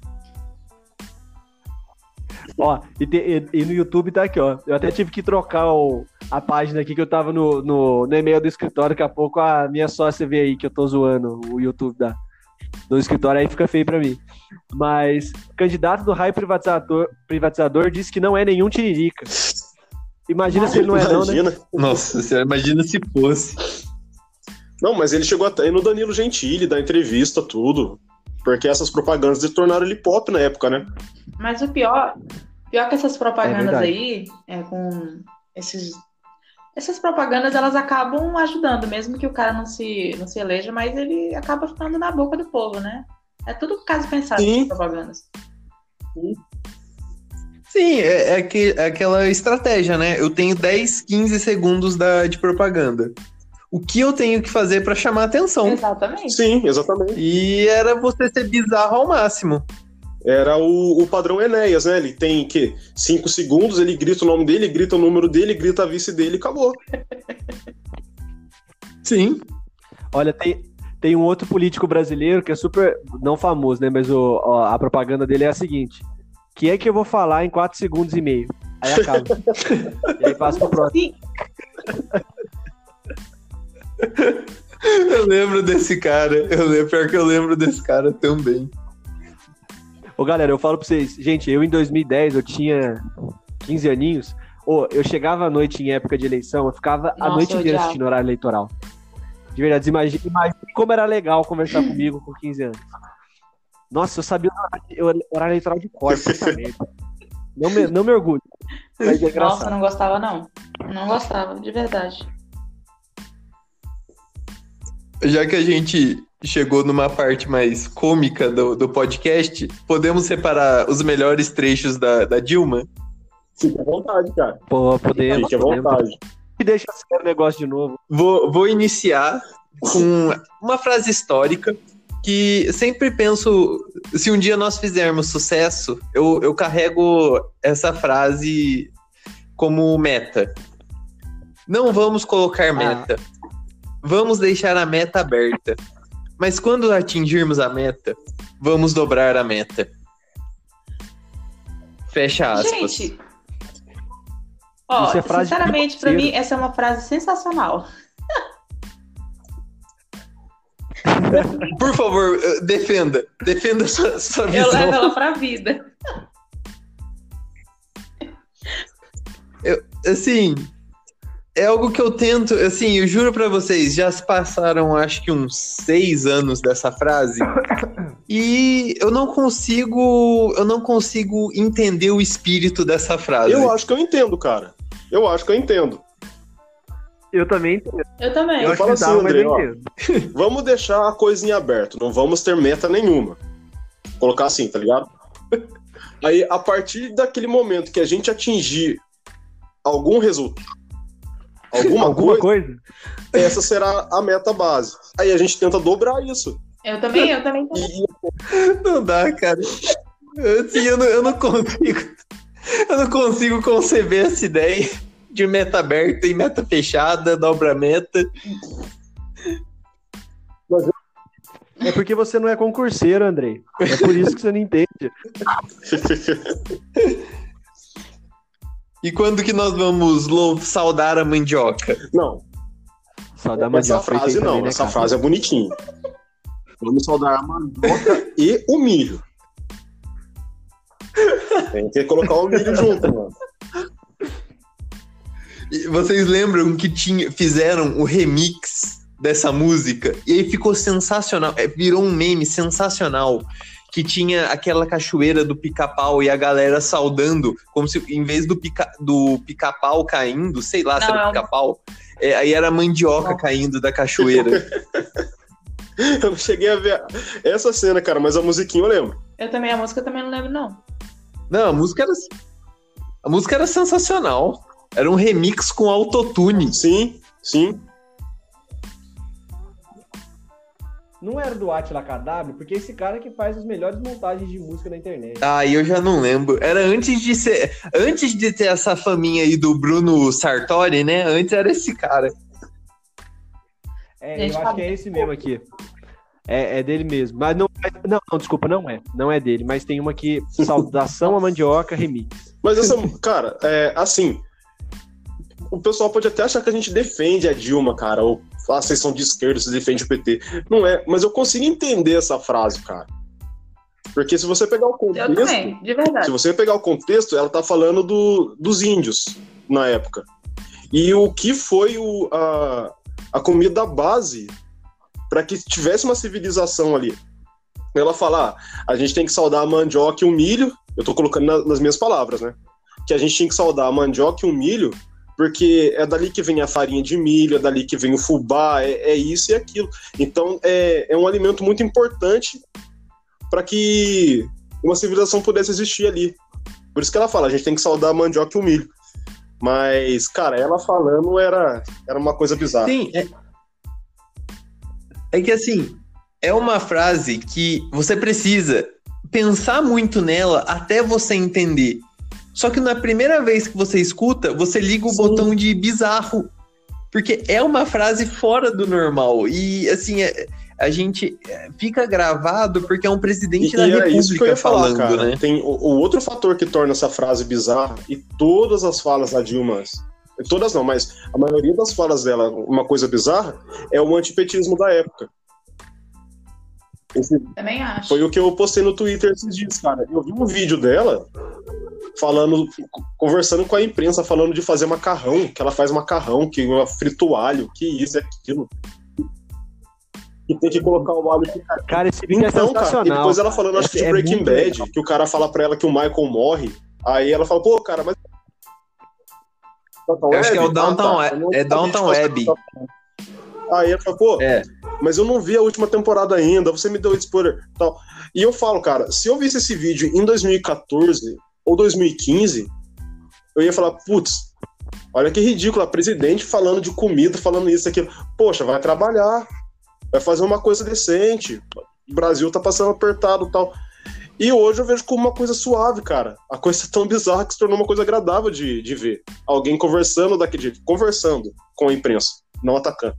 Ó, e, te- e- e no YouTube tá aqui, ó. Eu até tive que trocar o- a página aqui que eu tava no, no, no e-mail do escritório. Daqui a pouco a minha sócia vê aí que eu tô zoando o YouTube da, do escritório, aí fica feio pra mim. Mas o candidato do raio privatizador, privatizador disse que não é nenhum tiririca. Imagina se ele não é não, né? Imagina. Nossa senhora, imagina se fosse. Não, mas ele chegou até aí no Danilo Gentili, da entrevista, tudo. Porque essas propagandas se tornaram ele pop na época, né? Mas o pior, pior que essas propagandas É aí, é, com esses, essas propagandas, elas acabam ajudando, mesmo que o cara não se, não se eleja, mas ele acaba ficando na boca do povo, né? É tudo caso pensado, Sim. essas propagandas. Sim, é, é, que, é aquela estratégia, né? Eu tenho dez, quinze segundos da, de propaganda. O que eu tenho que fazer pra chamar atenção? Exatamente. Sim, exatamente. E era você ser bizarro ao máximo. Era o, o padrão Enéas, né? Ele tem, que cinco segundos, ele grita o nome dele, grita o número dele, grita a vice dele e acabou. Sim. Olha, tem, tem um outro político brasileiro que é super, não famoso, né? Mas o, ó, a propaganda dele é a seguinte: que é que eu vou falar em quatro segundos e meio? Aí acaba. E aí passa pro próximo. Sim. Eu lembro desse cara. Eu lembro, pior que eu lembro desse cara também. Ô, galera, eu falo pra vocês, gente, eu em dois mil e dez, eu tinha quinze aninhos, ô, eu chegava à noite em época de eleição, eu ficava a Nossa, noite eu inteira odiava. assistindo horário eleitoral. De verdade, imagine, imagine como era legal conversar comigo com quinze anos. Nossa, eu sabia o horário, horário eleitoral de cor, puta merda. Não me, não me orgulho, mas é engraçado. Nossa, não gostava, não. Não gostava, de verdade. Já que a gente chegou numa parte mais cômica do, do podcast, podemos separar os melhores trechos da, da Dilma? Fica à vontade, cara. Pô, podemos, Fique à podemos. vontade. E deixa esse negócio de novo. Vou, vou iniciar com uma frase histórica que sempre penso, se um dia nós fizermos sucesso, eu, eu carrego essa frase como meta. Não vamos colocar meta. Vamos deixar a meta aberta. Mas quando atingirmos a meta, vamos dobrar a meta. Fecha aspas. Gente, ó, Isso é frase de sinceramente, pra parceiro. mim, essa é uma frase sensacional. Por favor, eh, defenda. Defenda sua, sua Eu visão. levo ela pra vida. Assim, é algo que eu tento, assim, eu juro pra vocês, já se passaram acho que uns seis anos dessa frase e eu não consigo, eu não consigo entender o espírito dessa frase. Eu acho que eu entendo, cara. Eu acho que eu entendo. Eu também entendo. Eu também. Eu acho falo bizarro, assim, mas André, eu ó. entendo. Vamos deixar a coisa em aberto. Não vamos ter meta nenhuma. Colocar assim, tá ligado? Aí, a partir daquele momento que a gente atingir algum resultado, alguma, Alguma coisa, coisa? essa será a meta base. Aí a gente tenta dobrar isso. Eu também, eu também. E, Não dá, cara. Assim, eu, não, eu não consigo, eu não consigo conceber essa ideia de meta aberta e meta fechada, dobra meta. É porque você não é concurseiro, Andrei. É por isso que você não entende. E quando que nós vamos lou- saudar a mandioca? não, Só dá essa frase não. também, né, essa cara? frase é bonitinha. Vamos saudar a mandioca e o milho. Tem que colocar o milho junto, mano. E vocês lembram que tinha, fizeram o remix dessa música? E aí ficou sensacional. É, virou um meme sensacional. Que tinha aquela cachoeira do pica-pau e a galera saudando, como se em vez do, pica, do pica-pau caindo, sei lá se Não, era é uma- pica-pau, é, aí era a mandioca Não. caindo da cachoeira. Eu não cheguei a ver essa cena, cara, mas a musiquinha eu lembro. Eu também, a música eu também não lembro, não. Não, a música era. A música era sensacional. Era um remix com autotune. Sim, sim. Não era do Atila K W, porque esse cara que faz as melhores montagens de música na internet. Ah, eu já não lembro. Era antes de ser. Antes de ter essa faminha aí do Bruno Sartori, né? Antes era esse cara. É, Gente, eu acho fala- que é esse mesmo aqui. É, é dele mesmo. Mas não, não, não, desculpa, não é. Não é dele, mas tem uma aqui, Saudação à Mandioca Remix. Mas essa, cara, é assim. O pessoal pode até achar que a gente defende a Dilma, cara, ou ah, vocês são de esquerda, vocês defendem o P T. Não é, mas eu consigo entender essa frase, cara. Porque se você pegar o Eu contexto, também, de verdade. se você pegar o contexto, ela tá falando do, dos índios na época. E o que foi o, a, a comida base para que tivesse uma civilização ali. Ela fala, ah, a gente tem que saudar a mandioca e o milho, eu tô colocando na, nas minhas palavras, né? Que a gente tem que saudar a mandioca e o milho, porque é dali que vem a farinha de milho, é dali que vem o fubá, é, é isso e aquilo. Então, é, é um alimento muito importante para que uma civilização pudesse existir ali. Por isso que ela fala, a gente tem que saudar a mandioca e o milho. Mas, cara, ela falando era, era uma coisa bizarra. Sim, é... é que assim, é uma frase que você precisa pensar muito nela até você entender. Só que na primeira vez que você escuta, você liga o Sim. botão de bizarro. Porque é uma frase fora do normal. E, assim, é, a gente fica gravado porque é um presidente e, da e República isso que eu ia falando, falar, cara. Né? Tem o, o outro fator que torna essa frase bizarra, e todas as falas da Dilma, todas não, mas a maioria das falas dela, uma coisa bizarra, é o antipetismo da época. Esse Também acho. Foi o que eu postei no Twitter esses dias, cara. Eu vi um vídeo dela falando, conversando com a imprensa, falando de fazer macarrão, que ela faz macarrão, que ela frita o alho, que isso e aquilo. Que tem que colocar o alho. Cara, esse vídeo então, é sensacional. Cara, e depois ela falando, acho que de é Breaking Bad, legal. que o cara fala pra ela que o Michael morre. Aí ela fala, pô, cara, mas. Eu acho que é o Downtown, ah, tá. é Downtown Web. Aí ela fala, pô, é. mas eu não vi a última temporada ainda, você me deu spoiler tal. E eu falo, cara, se eu visse esse vídeo em dois mil e catorze ou dois mil e quinze, eu ia falar, putz, olha que ridículo, a presidente falando de comida, falando isso, aquilo. Poxa, vai trabalhar, vai fazer uma coisa decente, o Brasil tá passando apertado e tal. E hoje eu vejo como uma coisa suave, cara. A coisa é tão bizarra que se tornou uma coisa agradável de, de ver. Alguém conversando daquele jeito, conversando com a imprensa, não atacando.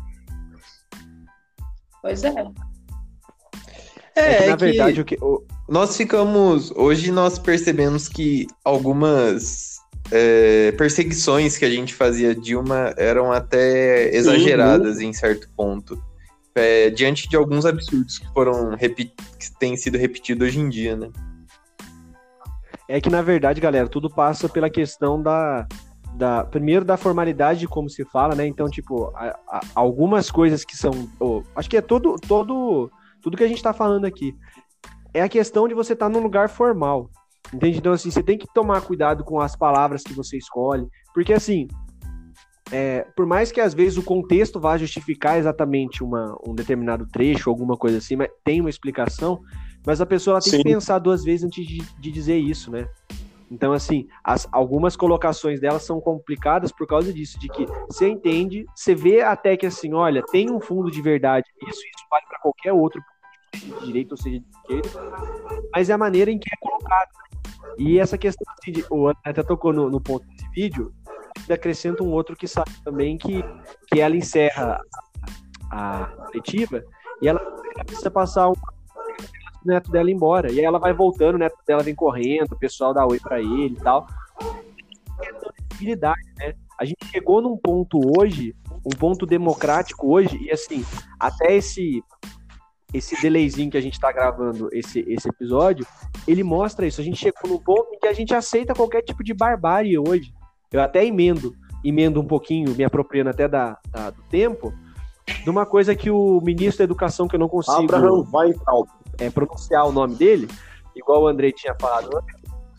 Pois é. É, é que, na é verdade, que o que, o... nós ficamos... Hoje nós percebemos que algumas é, perseguições que a gente fazia a Dilma eram até exageradas Sim. em certo ponto. É, diante de alguns absurdos que foram repi- que têm sido repetidos hoje em dia, né? É que, na verdade, galera, tudo passa pela questão da... Da, primeiro da formalidade de como se fala, né? Então, tipo, a, a, algumas coisas que são... Oh, acho que é todo, todo, tudo que a gente tá falando aqui. É a questão de você estar tá num lugar formal. Entende? Então, assim, você tem que tomar cuidado com as palavras que você escolhe. Porque, assim, é, por mais que às vezes o contexto vá justificar exatamente uma, um determinado trecho, alguma coisa assim, mas tem uma explicação, mas a pessoa ela tem Sim. que pensar duas vezes antes de, de dizer isso, né? Então, assim, as, algumas colocações delas são complicadas por causa disso, de que você entende, você vê até que, assim, olha, tem um fundo de verdade, isso, isso vale para qualquer outro, seja de direita ou seja de esquerda, mas é a maneira em que é colocado. E essa questão, assim, de, o André até tocou no, no ponto desse vídeo, ainda acrescenta um outro que sabe também que, que ela encerra a coletiva e ela precisa passar um o neto dela embora, e aí ela vai voltando, o neto dela vem correndo, o pessoal dá oi pra ele e tal. É possibilidade, né? A gente chegou num ponto hoje, um ponto democrático hoje, e assim, até esse esse delayzinho que a gente tá gravando esse, esse episódio, ele mostra isso. A gente chegou num ponto em que a gente aceita qualquer tipo de barbárie hoje. Eu até emendo, emendo um pouquinho, me apropriando até da, da, do tempo, de uma coisa que o ministro da Educação, que eu não consigo... Abraham Weintraub. É, pronunciar o nome dele, igual o Andrei tinha falado antes.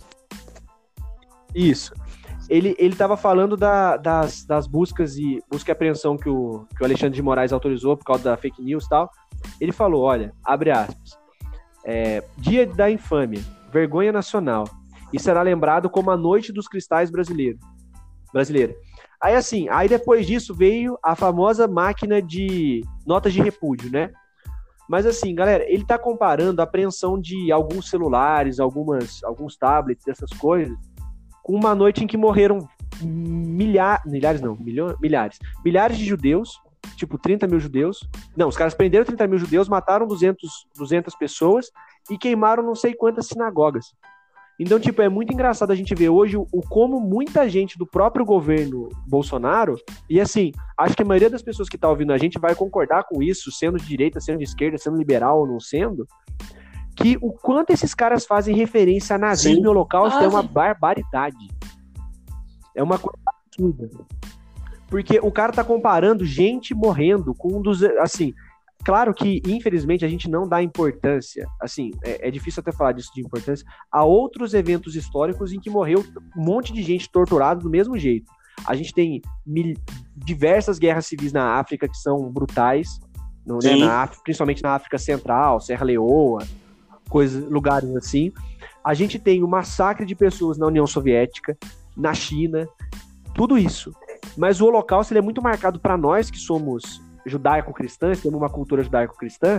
Isso. Ele, ele tava falando da, das, das buscas e busca e apreensão que o, que o Alexandre de Moraes autorizou por causa da fake news e tal. Ele falou, olha, abre aspas, é, dia da infâmia, vergonha nacional, e será lembrado como a noite dos cristais brasileiro, brasileira. Aí assim, aí depois disso veio a famosa máquina de notas de repúdio, né? Mas assim, galera, ele tá comparando a apreensão de alguns celulares, algumas, alguns tablets, essas coisas, com uma noite em que morreram milhares, milhares não, milho, milhares, milhares de judeus, tipo trinta mil judeus. Não, os caras prenderam trinta mil judeus, mataram duzentos, duzentas pessoas e queimaram não sei quantas sinagogas. Então, tipo, é muito engraçado a gente ver hoje o, o como muita gente do próprio governo Bolsonaro, e assim, acho que a maioria das pessoas que tá ouvindo a gente vai concordar com isso, sendo de direita, sendo de esquerda, sendo liberal ou não sendo, que o quanto esses caras fazem referência a nazismo e holocausto é uma barbaridade. É uma coisa absurda. Porque o cara tá comparando gente morrendo com um dos, assim, claro que, infelizmente, a gente não dá importância, assim, é, é difícil até falar disso de importância, a outros eventos históricos em que morreu um monte de gente torturada do mesmo jeito. A gente tem mil, diversas guerras civis na África que são brutais, no, né, na África, principalmente na África Central, Serra Leoa, coisas, lugares assim. A gente tem o massacre de pessoas na União Soviética, na China, tudo isso. Mas o Holocausto ele é muito marcado para nós que somos judaico-cristãs, temos uma cultura judaico-cristã,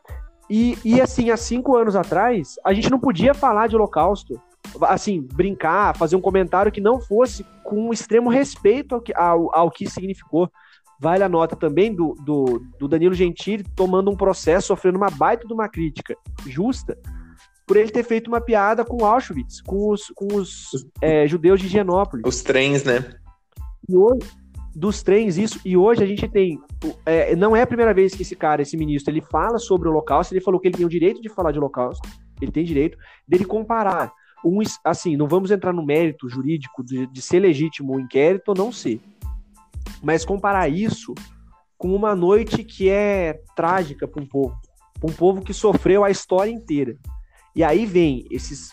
e, e assim, há cinco anos atrás, a gente não podia falar de Holocausto, assim, brincar, fazer um comentário que não fosse com um extremo respeito ao que, ao, ao que significou. Vale a nota também do, do, do Danilo Gentili tomando um processo, sofrendo uma baita de uma crítica justa, por ele ter feito uma piada com Auschwitz, com os, com os é, judeus de Higienópolis. Os trens, né? E hoje, dos trens, isso, e hoje a gente tem, é, não é a primeira vez que esse cara, esse ministro, ele fala sobre o Holocausto, ele falou que ele tem o direito de falar de Holocausto, ele tem direito dele comparar, um, assim, não vamos entrar no mérito jurídico de, de ser legítimo o inquérito ou não ser, mas comparar isso com uma noite que é trágica para um povo, para um povo que sofreu a história inteira. E aí vem esses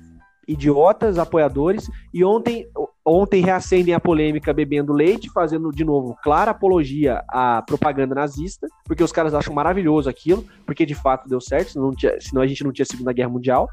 idiotas apoiadores, e ontem, ontem reacendem a polêmica bebendo leite, fazendo de novo clara apologia à propaganda nazista, porque os caras acham maravilhoso aquilo, porque de fato deu certo, senão, não tinha, senão a gente não tinha Segunda Guerra Mundial.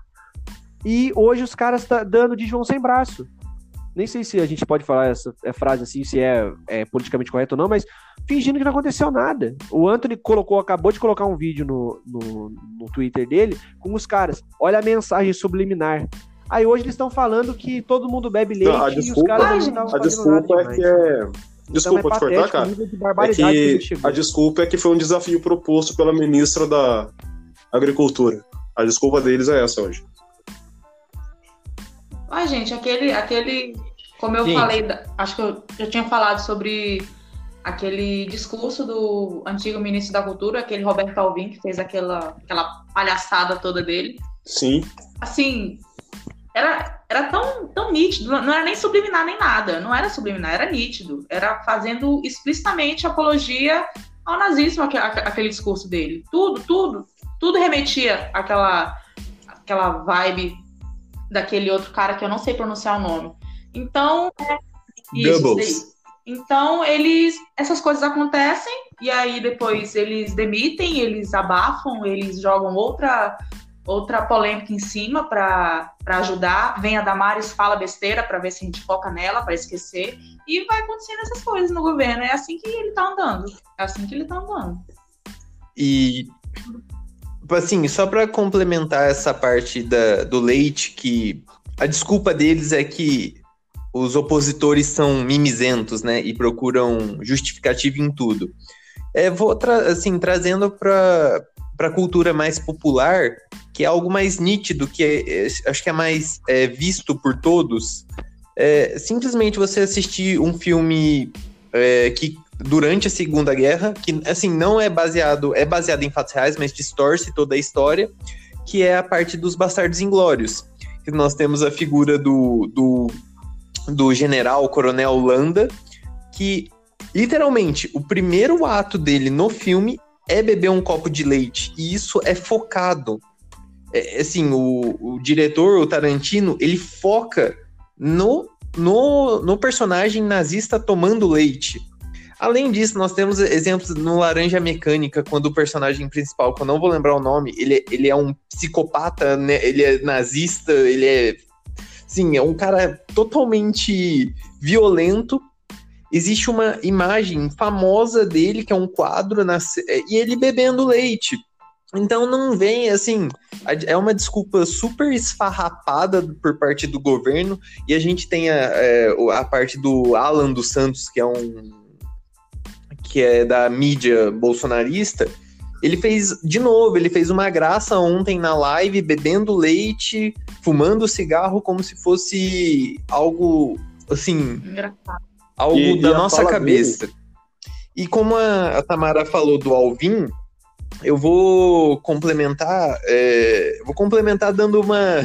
E hoje os caras estão tá dando de João sem braço. Nem sei se a gente pode falar essa frase assim, se é, é politicamente correto ou não, mas fingindo que não aconteceu nada. O Anthony colocou, acabou de colocar um vídeo no, no, no Twitter dele com os caras. Olha a mensagem subliminar. Aí hoje eles estão falando que todo mundo bebe leite não, e os caras não estavam fazendo desculpa nada demais. É que é... Desculpa então é te cortar, cara. É que a, a desculpa é que foi um desafio proposto pela ministra da Agricultura. A desculpa deles é essa hoje. Ah, gente, aquele, aquele como eu gente. falei, acho que eu já tinha falado sobre aquele discurso do antigo ministro da Cultura, aquele Roberto Alvim, que fez aquela, aquela palhaçada toda dele. Sim. Assim, era, era tão, tão nítido, não era nem subliminar nem nada, não era subliminar, era nítido, era fazendo explicitamente apologia ao nazismo, aquele, aquele discurso dele. Tudo, tudo, tudo remetia àquela, àquela vibe daquele outro cara que eu não sei pronunciar o nome. Então, é, isso, isso. Então, eles, essas coisas acontecem, e aí depois eles demitem, eles abafam, eles jogam outra, outra polêmica em cima para ajudar. Vem a Damares, fala besteira para ver se a gente foca nela, para esquecer, e vai acontecendo essas coisas no governo. É assim que ele tá andando. É assim que ele tá andando. E... assim, só para complementar essa parte da, do leite, que a desculpa deles é que os opositores são mimizentos, né, e procuram justificativa em tudo. É, vou tra- assim, trazendo para a cultura mais popular, que é algo mais nítido, que é, é, acho que é mais é, visto por todos, é simplesmente você assistir um filme é, que durante a Segunda Guerra, que assim não é baseado, é baseado em fatos reais, mas distorce toda a história, que é a parte dos Bastardos Inglórios, que nós temos a figura do, do, do general Coronel Landa, que literalmente o primeiro ato dele no filme é beber um copo de leite, e isso é focado. É, assim, o, o diretor, o Tarantino, ele foca no, no, no personagem nazista tomando leite. Além disso, nós temos exemplos no Laranja Mecânica, quando o personagem principal, que eu não vou lembrar o nome, ele, ele é um psicopata, né? Ele é nazista, ele é... sim, é um cara totalmente violento. Existe uma imagem famosa dele, que é um quadro, na, e ele bebendo leite. Então não vem, assim, é uma desculpa super esfarrapada por parte do governo, e a gente tem a, a parte do Alan dos Santos, que é um... que é da mídia bolsonarista. Ele fez, de novo, ele fez uma graça ontem na live, bebendo leite, fumando cigarro, como se fosse algo, assim, engraçado. Algo e, da e nossa cabeça. Dele. E como a, a Tamara falou do Alvim, eu vou complementar, é, vou complementar dando uma,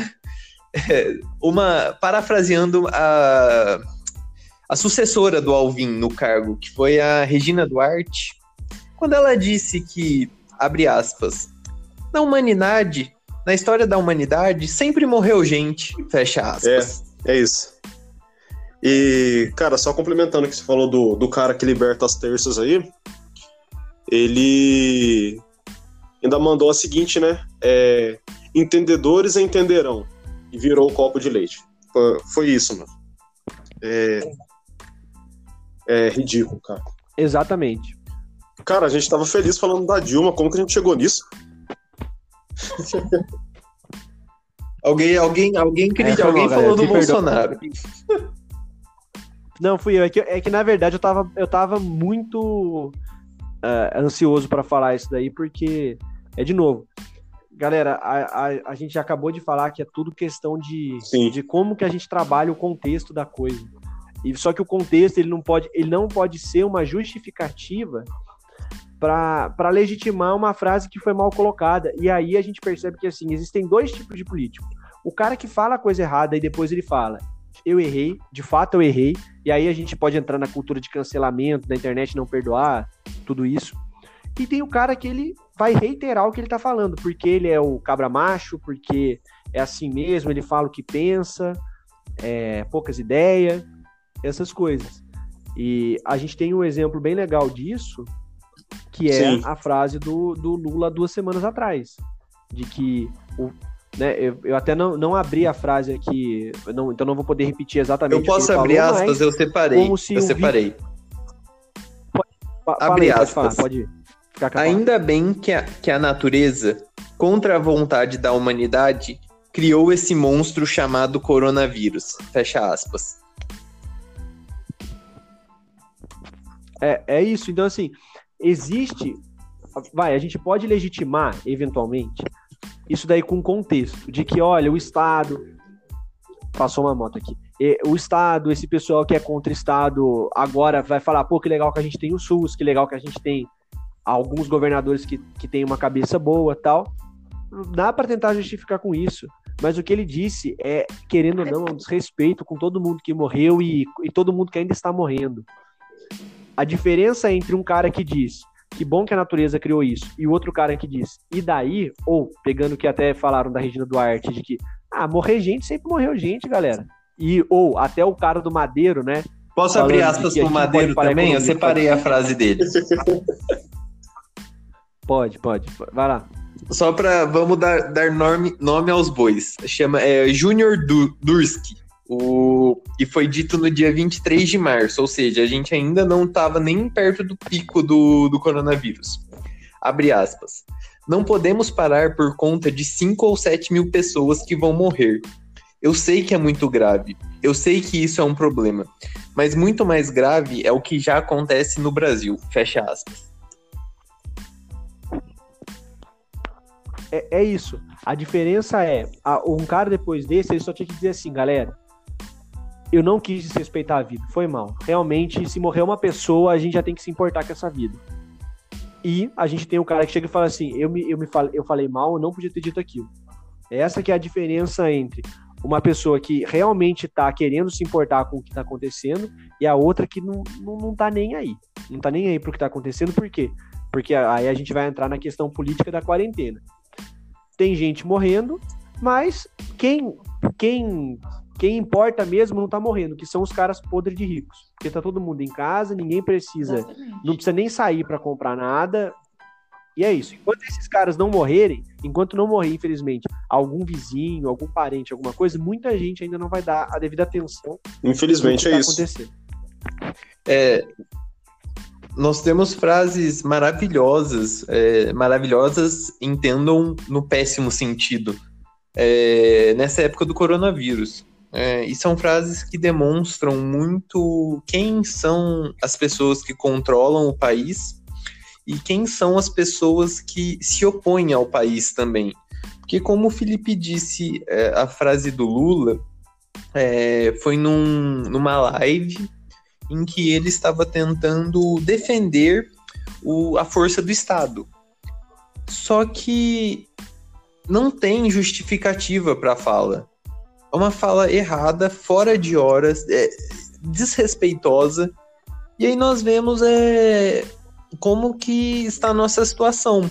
é, uma parafraseando a, a sucessora do Alvim no cargo, que foi a Regina Duarte, quando ela disse que abre aspas, na humanidade, na história da humanidade, sempre morreu gente, fecha aspas. É, é isso. E, cara, só complementando o que você falou do, do cara que liberta as terças aí, ele ainda mandou a seguinte, né? É, entendedores entenderão. E virou o copo de leite. Foi, foi isso, mano. É, é ridículo, cara. Exatamente. Cara, a gente tava feliz falando da Dilma. Como que a gente chegou nisso? alguém, alguém, alguém, É, alguém mal, falou galera, do me Bolsonaro. Não, fui eu. É que, é que na verdade eu tava, eu tava muito uh, ansioso pra falar isso daí, porque é de novo. Galera, a, a, a gente acabou de falar que é tudo questão de, de como que a gente trabalha o contexto da coisa. E só que o contexto ele não pode, ele não pode ser uma justificativa para legitimar uma frase que foi mal colocada. E aí a gente percebe que assim, existem dois tipos de político. O cara que fala a coisa errada e depois ele fala, eu errei, de fato eu errei, e aí a gente pode entrar na cultura de cancelamento, da internet não perdoar, tudo isso. E tem o cara que ele vai reiterar o que ele tá falando, porque ele é o cabra macho, porque é assim mesmo, ele fala o que pensa, é, poucas ideias, essas coisas. E a gente tem um exemplo bem legal disso, que é Sim. a frase do, do Lula duas semanas atrás, de que, o, né, eu, eu até não, não abri a frase aqui, não, então não vou poder repetir exatamente eu o que posso ele abrir falou, aspas, mas eu separei, como se eu separei. Vi... Pode, Abre aí, aspas. pode falar, pode ficar capaz. Ainda bem que a, que a natureza, contra a vontade da humanidade, criou esse monstro chamado coronavírus, fecha aspas. É, é isso, então assim, existe, vai, a gente pode legitimar, eventualmente, isso daí com contexto, de que, olha, o Estado, passou uma moto aqui, o Estado, esse pessoal que é contra o Estado, agora vai falar, pô, que legal que a gente tem o SUS, que legal que a gente tem alguns governadores que, que têm uma cabeça boa e tal, dá para tentar justificar com isso, mas o que ele disse é, querendo ou não, é um desrespeito com todo mundo que morreu e, e todo mundo que ainda está morrendo. A diferença entre um cara que diz que bom que a natureza criou isso e o outro cara que diz e daí, ou pegando o que até falaram da Regina Duarte, de que ah, morrer gente sempre morreu gente, galera. E, ou até o cara do Madeiro, né? Posso abrir aspas pro Madeiro também? Eu separei a frase dele. Pode, pode. Vai lá. Só pra, vamos dar, dar nome, nome aos bois. Chama é, Júnior Durski. O, e foi dito no dia vinte e três de março, ou seja, a gente ainda não estava nem perto do pico do, do coronavírus. Abre aspas. Não podemos parar por conta de cinco ou sete mil pessoas que vão morrer. Eu sei que é muito grave, eu sei que isso é um problema, mas muito mais grave é o que já acontece no Brasil, fecha aspas. É, é isso. A diferença é, a, um cara depois desse, ele só tinha que dizer assim, galera, eu não quis desrespeitar a vida, foi mal. Realmente, se morrer uma pessoa, a gente já tem que se importar com essa vida. E a gente tem um cara que chega e fala assim, eu, me, eu, me fal, eu falei mal, eu não podia ter dito aquilo. Essa que é a diferença entre uma pessoa que realmente tá querendo se importar com o que tá acontecendo e a outra que não, não, não tá nem aí. Não tá nem aí pro que tá acontecendo, por quê? Porque aí a gente vai entrar na questão política da quarentena. Tem gente morrendo, mas quem... quem Quem importa mesmo não tá morrendo, que são os caras podres de ricos. Porque tá todo mundo em casa, ninguém precisa, Exatamente. Não precisa nem sair para comprar nada. E é isso. Enquanto esses caras não morrerem, enquanto não morrer, infelizmente, algum vizinho, algum parente, alguma coisa, muita gente ainda não vai dar a devida atenção. Infelizmente é tá isso. Acontecendo. É, nós temos frases maravilhosas, é, maravilhosas, entendam no péssimo sentido, é, nessa época do coronavírus. É, e são frases que demonstram muito quem são as pessoas que controlam o país e quem são as pessoas que se opõem ao país também. Porque, como o Felipe disse, é, a frase do Lula é, foi num, numa live em que ele estava tentando defender o, a força do Estado. Só que não tem justificativa para a fala. É uma fala errada, fora de horas, é, desrespeitosa. E aí nós vemos é, como que está a nossa situação.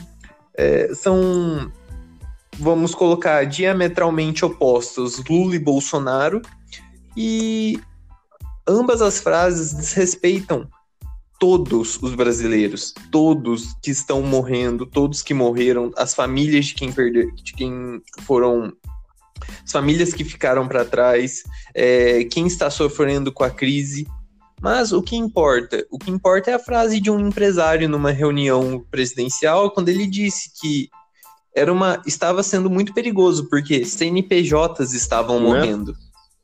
é, são, vamos colocar, diametralmente opostos, Lula e Bolsonaro, e ambas as frases desrespeitam todos os brasileiros, todos que estão morrendo, todos que morreram, as famílias de quem perdeu, de quem foram, as famílias que ficaram para trás, é, quem está sofrendo com a crise. Mas o que importa? O que importa é a frase de um empresário numa reunião presidencial, quando ele disse que era uma, estava sendo muito perigoso, porque C N P Js estavam morrendo.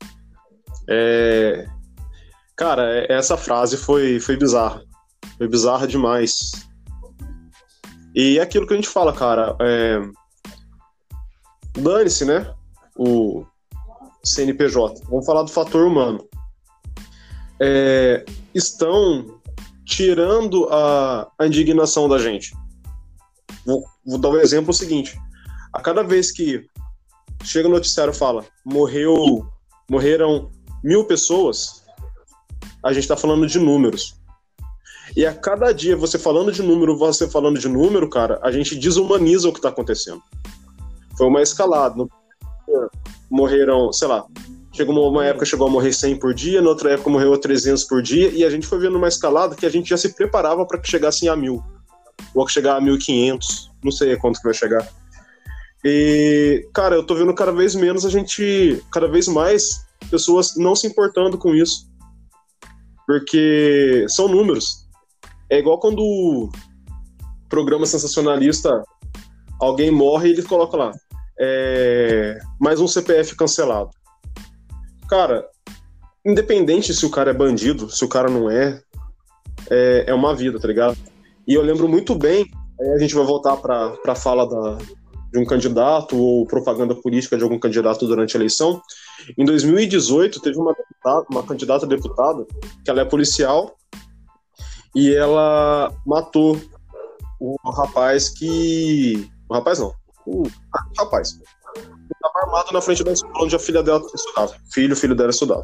É... Cara, essa frase foi, foi bizarra. Foi bizarra demais. E é aquilo que a gente fala, cara. É... Dane-se, né? O C N P J. Vamos falar do fator humano. É... Estão tirando a, a indignação da gente. Vou, vou dar um exemplo seguinte. A cada vez que chega o noticiário e fala morreu, morreram mil pessoas, a gente está falando de números. E a cada dia, você falando de número, você falando de número, cara, a gente desumaniza o que está acontecendo. Foi uma escalada. Morreram, sei lá, chegou uma época chegou a morrer cem por dia, na outra época morreu trezentos por dia, e a gente foi vendo uma escalada que a gente já se preparava para que chegasse a mil. Ou que chegar a mil e quinhentos, não sei quanto que vai chegar. E, cara, eu tô vendo cada vez menos a gente, cada vez mais pessoas não se importando com isso. Porque são números. É igual quando o programa sensacionalista, alguém morre e ele coloca lá, é, mais um C P F cancelado. Cara, independente se o cara é bandido, se o cara não é, é, é uma vida, tá ligado? E eu lembro muito bem, aí a gente vai voltar pra, pra fala da, de um candidato ou propaganda política de algum candidato durante a eleição. Em dois mil e dezoito, teve uma, deputada, uma candidata a deputada, que ela é policial, e ela matou o rapaz que... O rapaz não. O ah, rapaz. Ele estava armado na frente da escola onde a filha dela estudava. Filho, filho dela estudava.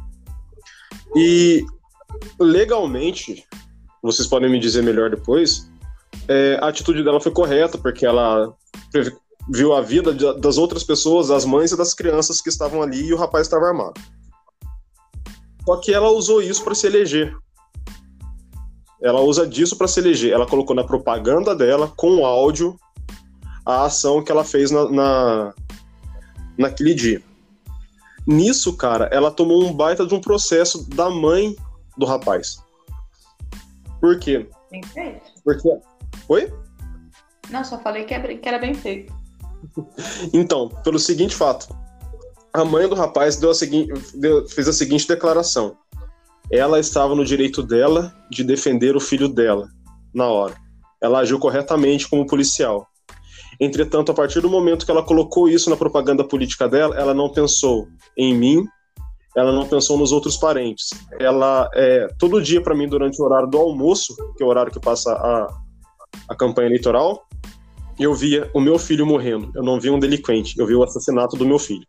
E, legalmente, vocês podem me dizer melhor depois, é, a atitude dela foi correta, porque ela viu a vida das outras pessoas, das mães e das crianças que estavam ali, e o rapaz estava armado. Só que ela usou isso para se eleger. Ela usa disso para se eleger. Ela colocou na propaganda dela, com áudio, a ação que ela fez na, na, naquele dia. Nisso, cara, ela tomou um baita de um processo da mãe do rapaz. Por quê? Bem feito. Porque... Oi? Não, só falei que era bem feito. Então, pelo seguinte fato, a mãe do rapaz deu a seguinte, deu, fez a seguinte declaração. Ela estava no direito dela de defender o filho dela, na hora. Ela agiu corretamente como policial. Entretanto, a partir do momento que ela colocou isso na propaganda política dela, ela não pensou em mim, ela não pensou nos outros parentes. Ela, é, todo dia para mim, durante o horário do almoço, que é o horário que passa a, a campanha eleitoral, eu via o meu filho morrendo. Eu não vi um delinquente, eu vi o assassinato do meu filho.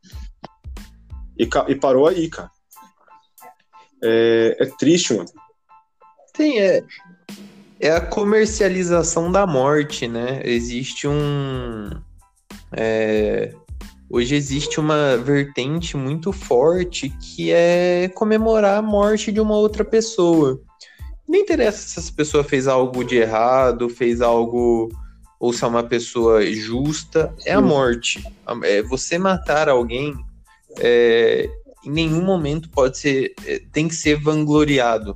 E, e parou aí, cara. É, é triste, mano. Sim, é, é a comercialização da morte, né? Existe um... É, hoje existe uma vertente muito forte que é comemorar a morte de uma outra pessoa. Não interessa se essa pessoa fez algo de errado, fez algo... ou se é uma pessoa justa, é a morte. É você matar alguém... É, em nenhum momento pode ser, tem que ser vangloriado,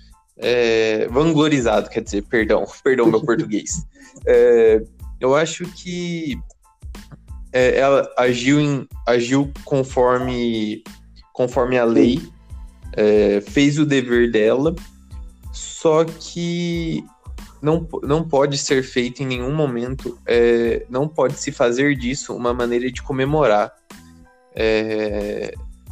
é, vanglorizado, quer dizer, perdão, perdão meu português. É, eu acho que é, ela agiu, em, agiu conforme, conforme a lei, é, fez o dever dela, só que não, não pode ser feito em nenhum momento, é, não pode se fazer disso uma maneira de comemorar. É,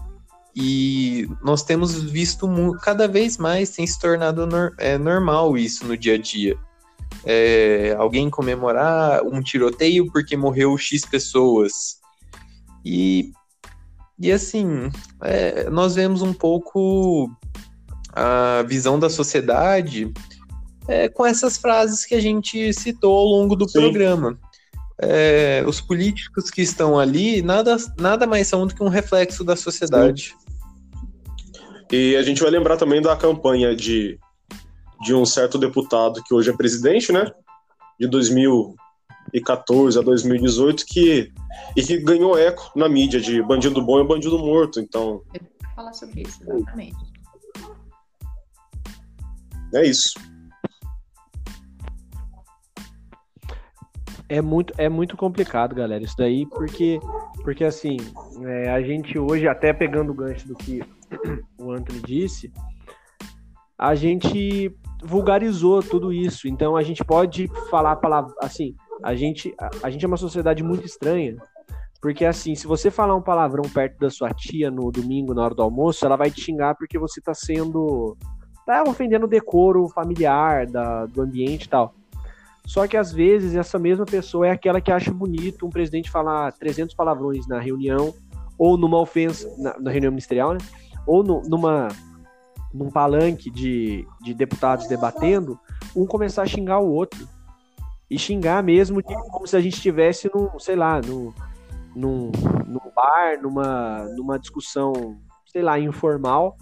e nós temos visto cada vez mais, tem se tornado nor, é, normal isso no dia a dia. É, alguém comemorar um tiroteio porque morreu X pessoas. E, e assim, é, nós vemos um pouco a visão da sociedade é, com essas frases que a gente citou ao longo do Sim. programa. é, os políticos que estão ali nada, nada mais são do que um reflexo da sociedade. E a gente vai lembrar também da campanha de, de um certo deputado que hoje é presidente, né? De dois mil e quatorze a dois mil e dezoito, que, e que ganhou eco na mídia de bandido bom e bandido morto. Então, Eu vou falar sobre isso, exatamente. é isso. É muito, é muito complicado, galera, isso daí, porque, porque assim, é, a gente hoje, até pegando o gancho do que o Anthony disse, a gente vulgarizou tudo isso, então a gente pode falar a palavra, assim, a gente, a, a gente é uma sociedade muito estranha, porque assim, se você falar um palavrão perto da sua tia no domingo, na hora do almoço, ela vai te xingar porque você tá sendo, tá ofendendo o decoro familiar da, do ambiente e tal. Só que às vezes essa mesma pessoa é aquela que acha bonito um presidente falar trezentos palavrões na reunião, ou numa ofensa, na, na reunião ministerial, né? Ou no, numa, num palanque de, de deputados debatendo, um começar a xingar o outro. E xingar mesmo de, como se a gente estivesse num, sei lá, num, num, num bar, numa, numa discussão, sei lá, informal.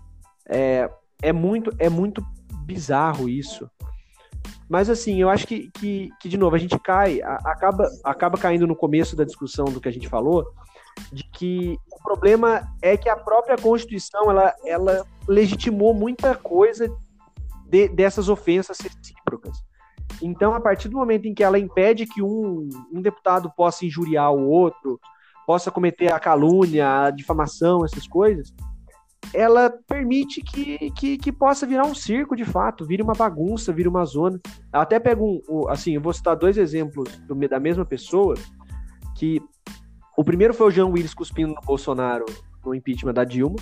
É, é, muito, é muito bizarro isso. Mas assim, eu acho que, que, que de novo, a gente cai, a, acaba, acaba caindo no começo da discussão do que a gente falou, de que o problema é que a própria Constituição, ela, ela legitimou muita coisa de, dessas ofensas recíprocas. Então, a partir do momento em que ela impede que um, um deputado possa injuriar o outro, possa cometer a calúnia, a difamação, essas coisas, ela permite que, que, que possa virar um circo, de fato, vire uma bagunça, vire uma zona. Eu até pego, um, assim, eu vou citar dois exemplos do, da mesma pessoa, que o primeiro foi o Jean Willis cuspindo no Bolsonaro no impeachment da Dilma,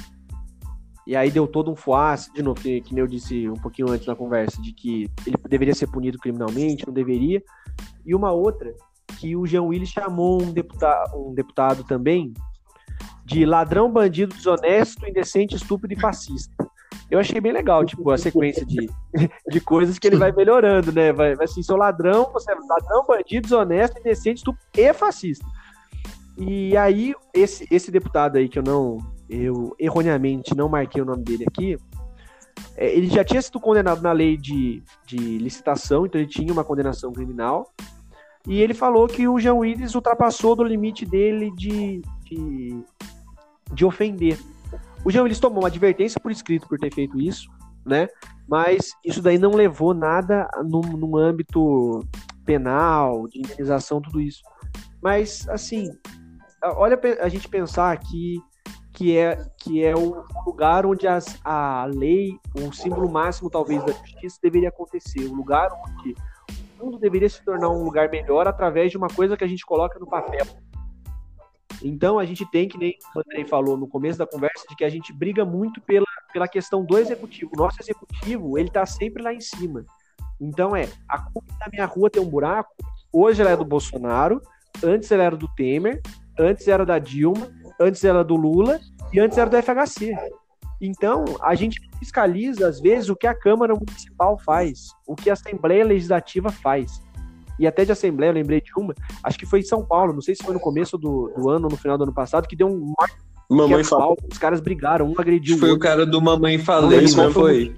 e aí deu todo um fuaço, de novo, que, que nem eu disse um pouquinho antes na conversa, de que ele deveria ser punido criminalmente, não deveria, e uma outra, que o Jean Willis chamou um deputado, um deputado também, de ladrão, bandido, desonesto, indecente, estúpido e fascista. Eu achei bem legal, tipo, a sequência de, de coisas que ele vai melhorando, né? Vai, vai assim, sou ladrão, você é ladrão, bandido, desonesto, indecente, estúpido e fascista. E aí, esse, esse deputado aí, que eu não, eu erroneamente não marquei o nome dele aqui, é, ele já tinha sido condenado na lei de, de licitação, então ele tinha uma condenação criminal, e ele falou que o Jean Willis ultrapassou do limite dele de... de de ofender. O Jean Willis tomou uma advertência por escrito por ter feito isso, né? Mas isso daí não levou nada num, num âmbito penal, de indenização, tudo isso. Mas, assim, olha a gente pensar que, que, é, que é o lugar onde as, a lei, o símbolo máximo, talvez, da justiça deveria acontecer. O lugar onde o mundo deveria se tornar um lugar melhor através de uma coisa que a gente coloca no papel. Então, a gente tem, que nem o Andrei falou no começo da conversa, de que a gente briga muito pela, pela questão do executivo. O nosso executivo, ele tá sempre lá em cima. Então, é, a culpa da minha rua tem um buraco, hoje ela é do Bolsonaro, antes ela era do Temer, antes era da Dilma, antes era do Lula e antes era do F H C. Então, a gente fiscaliza, às vezes, o que a Câmara Municipal faz, o que a Assembleia Legislativa faz. E até de Assembleia, eu lembrei de uma, acho que foi em São Paulo, não sei se foi no começo do, do ano ou no final do ano passado, que deu um... Mamãe falou. Os caras brigaram, um agrediu foi o outro. Foi o cara do Mamãe Falei, não, não foi?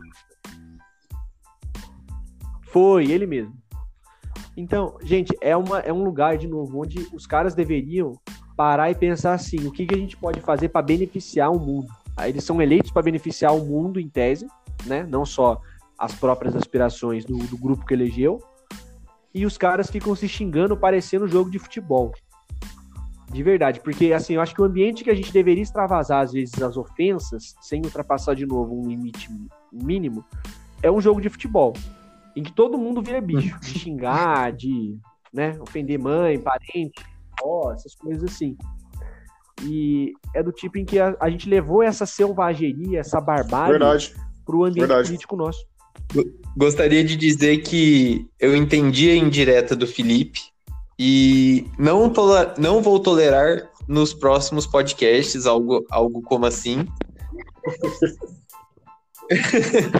Foi, ele mesmo. Então, gente, é, uma, é um lugar, de novo, onde os caras deveriam parar e pensar assim, o que, que a gente pode fazer para beneficiar o mundo? Aí eles são eleitos para beneficiar o mundo, em tese, né? Não só as próprias aspirações do, do grupo que elegeu, e os caras ficam se xingando, parecendo jogo de futebol. De verdade, porque assim, eu acho que o ambiente que a gente deveria extravasar, às vezes, as ofensas, sem ultrapassar de novo um limite mínimo, é um jogo de futebol, em que todo mundo vira bicho, de xingar, de, né, ofender mãe, parente, ó, essas coisas assim. E é do tipo em que a, a gente levou essa selvageria, essa barbárie para o ambiente Verdade. político nosso. Gostaria de dizer que eu entendi a indireta do Felipe e não, toler- não vou tolerar nos próximos podcasts algo, algo como assim.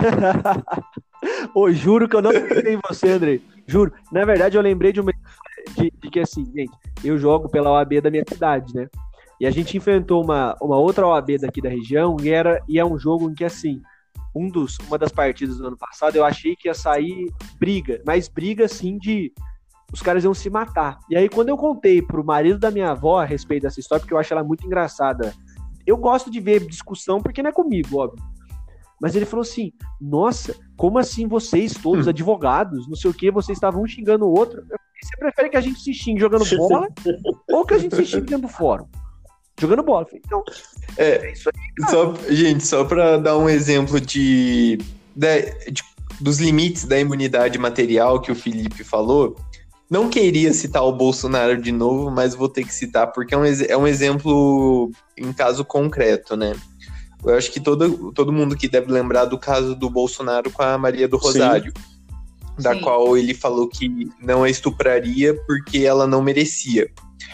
Ô, juro que eu não pensei em você, Andrei. Juro. Na verdade, eu lembrei de uma, de, de que assim, gente, eu jogo pela O A B da minha cidade, né? E a gente enfrentou uma, uma outra O A B daqui da região e, era, e é um jogo em que, assim, um dos, uma das partidas do ano passado eu achei que ia sair briga, mas briga, assim, de... Os caras iam se matar. E aí, quando eu contei pro marido da minha avó a respeito dessa história, porque eu acho ela muito engraçada, eu gosto de ver discussão, porque não é comigo, óbvio. Mas ele falou assim, nossa, como assim vocês todos, advogados, não sei o que, vocês estavam um xingando o outro? Eu falei, você prefere que a gente se xingue jogando bola ou que a gente se xingue dentro do fórum? Jogando bola. Eu falei, então, é, é isso aí, só, gente, só para dar um exemplo de, de, de, dos limites da imunidade material que o Felipe falou, não queria citar o Bolsonaro de novo, mas vou ter que citar, porque é um, é um exemplo em caso concreto, né? Eu acho que todo, todo mundo que deve lembrar do caso do Bolsonaro com a Maria do Rosário, Sim. da Sim. qual ele falou que não a estupraria porque ela não merecia.